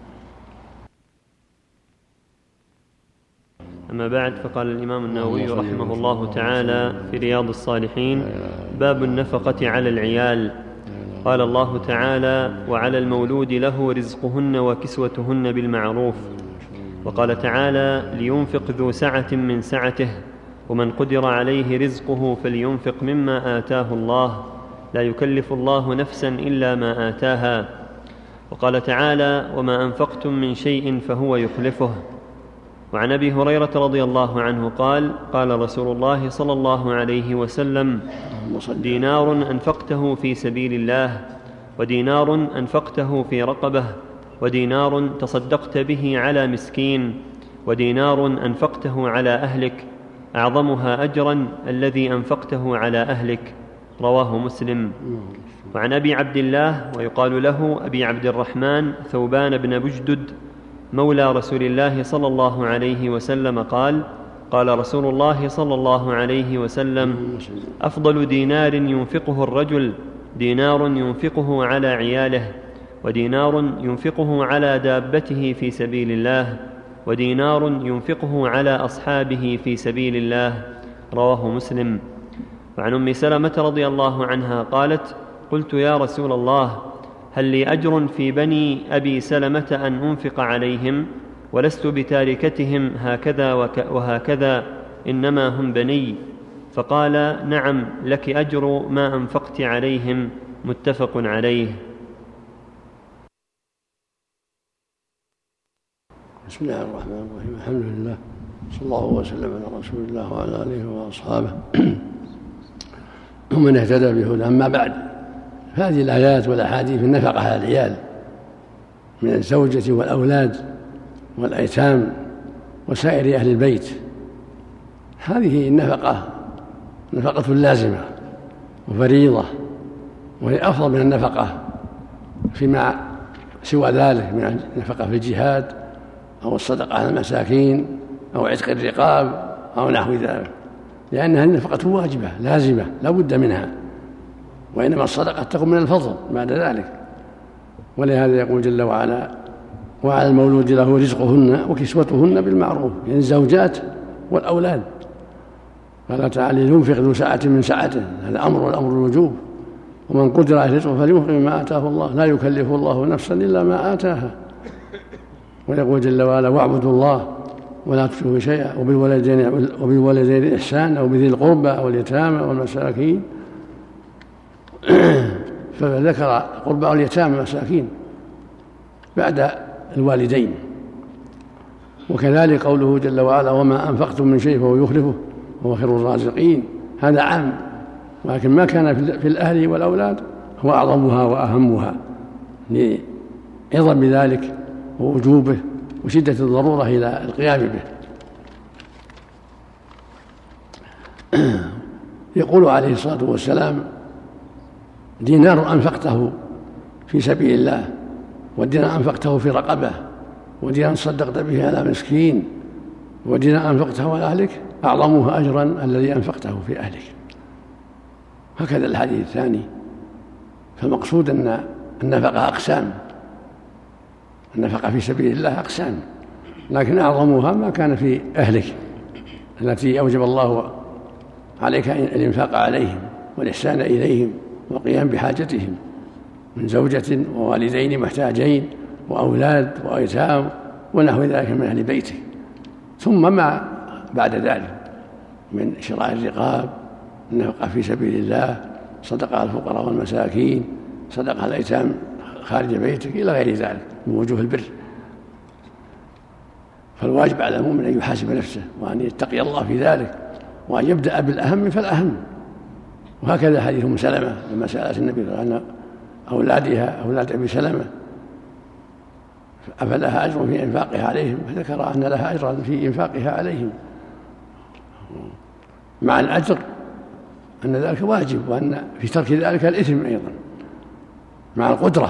أما بعد، فقال الإمام النووي رحمه الله تعالى في رياض الصالحين: باب النفقة على العيال. قال الله تعالى: وعلى المولود له رزقهن وكسوتهن بالمعروف. وقال تعالى: لينفق ذو سعة من سعته ومن قدر عليه رزقه فلينفق مما آتاه الله لا يكلف الله نفسا إلا ما آتاها. وقال تعالى: وما أنفقتم من شيء فهو يخلفه. وعن أبي هريرة رضي الله عنه قال: قال رسول الله صلى الله عليه وسلم: دينار أنفقته في سبيل الله، ودينار أنفقته في رقبة، ودينار تصدقت به على مسكين، ودينار أنفقته على أهلك، أعظمها أجرا الذي أنفقته على أهلك. رواه مسلم. وعن أبي عبد الله ويقال له أبي عبد الرحمن ثوبان بن بجدد مولى رسول الله صلى الله عليه وسلم قال: قال رسول الله صلى الله عليه وسلم: أفضل دينار ينفقه الرجل دينار ينفقه على عياله، ودينار ينفقه على دابته في سبيل الله، ودينار ينفقه على أصحابه في سبيل الله. رواه مسلم. وعن أم سلمة رضي الله عنها قالت: قلت يا رسول الله، هل لي أجر في بني أبي سلمة أن أنفق عليهم، ولست بتاركتهم هكذا وهكذا، إنما هم بني؟ فقال: نعم، لك أجر ما أنفقت عليهم. متفق عليه.
بسم الله الرحمن الرحيم. الحمد لله، صلى الله وسلم على رسول الله وعلى آله وأصحابه ومن اهتدى بهداه. أما بعد، هذه الآيات والأحاديث النفقة على العيال من الزوجة والأولاد والأيتام وسائر أهل البيت، هذه النفقة نفقة لازمة وفريضة، وهي أفضل من النفقة فيما سوى ذلك من النفقة في الجهاد أو الصدقة على المساكين أو عتق الرقاب أو نحو ذلك، لأنها نفقة واجبة لازمة لا بد منها، وإنما الصدقة تكون من الفضل بعد ذلك. ولهذا يقول جل وعلا: وعلى المولود له رزقهن وكسوتهن بالمعروف، يعني الزوجات والأولاد. قال تعالى: ينفق ذو سعة من سعته، هذا أمر والأمر الوجوب. ومن قدر عليه رزقه فلينفق مما آتاه الله لا يكلف الله نفسا إلا ما آتاها. ويقول جل وعلا: واعبدوا الله ولا تشركوا شيئا وبالوالدين وبالوالدين إحسانا وبذي القربى واليتامى والمساكين. فذكر قربى اليتامى والمساكين بعد الوالدين. وكذلك قوله جل وعلا: وما أنفقتم من شيء فهو يخلفه وهو خير الرازقين، هذا عام، ولكن ما كان في الأهل والأولاد هو أعظمها وأهمها لعظم ذلك ووجوبه وشدة الضرورة إلى القيام به. يقول عليه الصلاة والسلام: دينار أنفقته في سبيل الله، ودينا أنفقته في رقبة، ودينا صدقت به على مسكين، ودينا أنفقته على أهلك أعظمها أجرا الذي أنفقته في أهلك. هكذا الحديث الثاني. فالمقصود أن النفقة أقسام، النفقة في سبيل الله أقسام، لكن أعظمها ما كان في أهلك التي أوجب الله عليك الإنفاق عليهم والإحسان إليهم والقيام بحاجتهم من زوجة ووالدين محتاجين وأولاد وأيتام ونحو ذلك من أهل بيته، ثم ما بعد ذلك من شراء الرقاب، النفقة في سبيل الله، صدقة الفقراء والمساكين، صدقة الأيتام خارج بيتك، إلى غير ذلك من وجوه البر. فالواجب على المؤمن أن يحاسب نفسه وأن يتقي الله في ذلك، وأن يبدأ بالأهم فالأهم. وهكذا حديث أم سلمة لما سألت النبي عن أولادها أولاد أبي سلمة أفلها أجر في إنفاقها عليهم، فذكر أن لها أجرا في إنفاقها عليهم، مع الأجر أن ذلك واجب، وأن في ترك ذلك الإثم أيضا مع القدرة.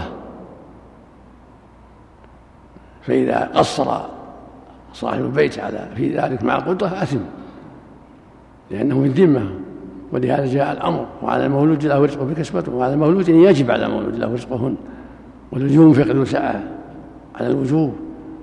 فإذا قصر صاحب البيت على في ذلك مع القدرة أثم، لأنه من ذمة. ولهذا جاء الأمر وعلى المولود له رزقه في كسبته، وعلى المولود يجب على المولود له رزقهن، والذي ينفق ذو سعة على الوجوب.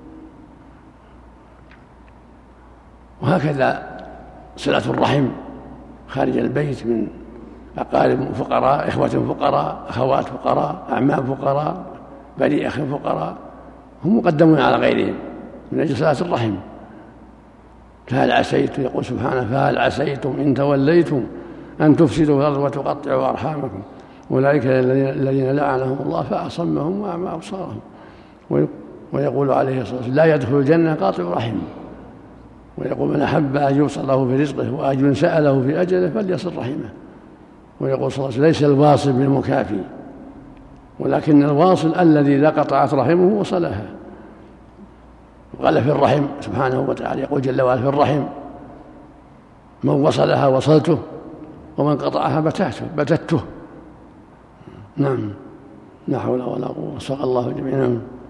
وهكذا صلة الرحم خارج البيت من أقارب فقراء، إخوة فقراء، أخوات فقراء، أعمام فقراء، بني أخ فقراء، هم مقدمون على غيرهم من أجل صلة الرحم. فهل عسيتم، يقول سبحانه فهل عسيتم إن توليتم أن تفسدوا في الأرض وتقطعوا أرحامكم أولئك الذين لعنهم الله فأصمهم وأعمى أبصارهم. ويقول عليه الصلاة والسلام لا يدخل الجنة قاطع رحم. ويقول من أحب أن يوصل له في رزقه وأجل سأله في أجله فليصل رحمه. ويقول صلى الله عليه وسلم ليس الواصل بالمكافي، ولكن الواصل الذي إذا قطعت رحمه وصلها. وقال في الرحم سبحانه وتعالى، يقول جل وعلا في الرحم من وصلها وصلته ومن قطعها بتته بتته. نعم، لا حول ولا قوة، صدق الله جميعا.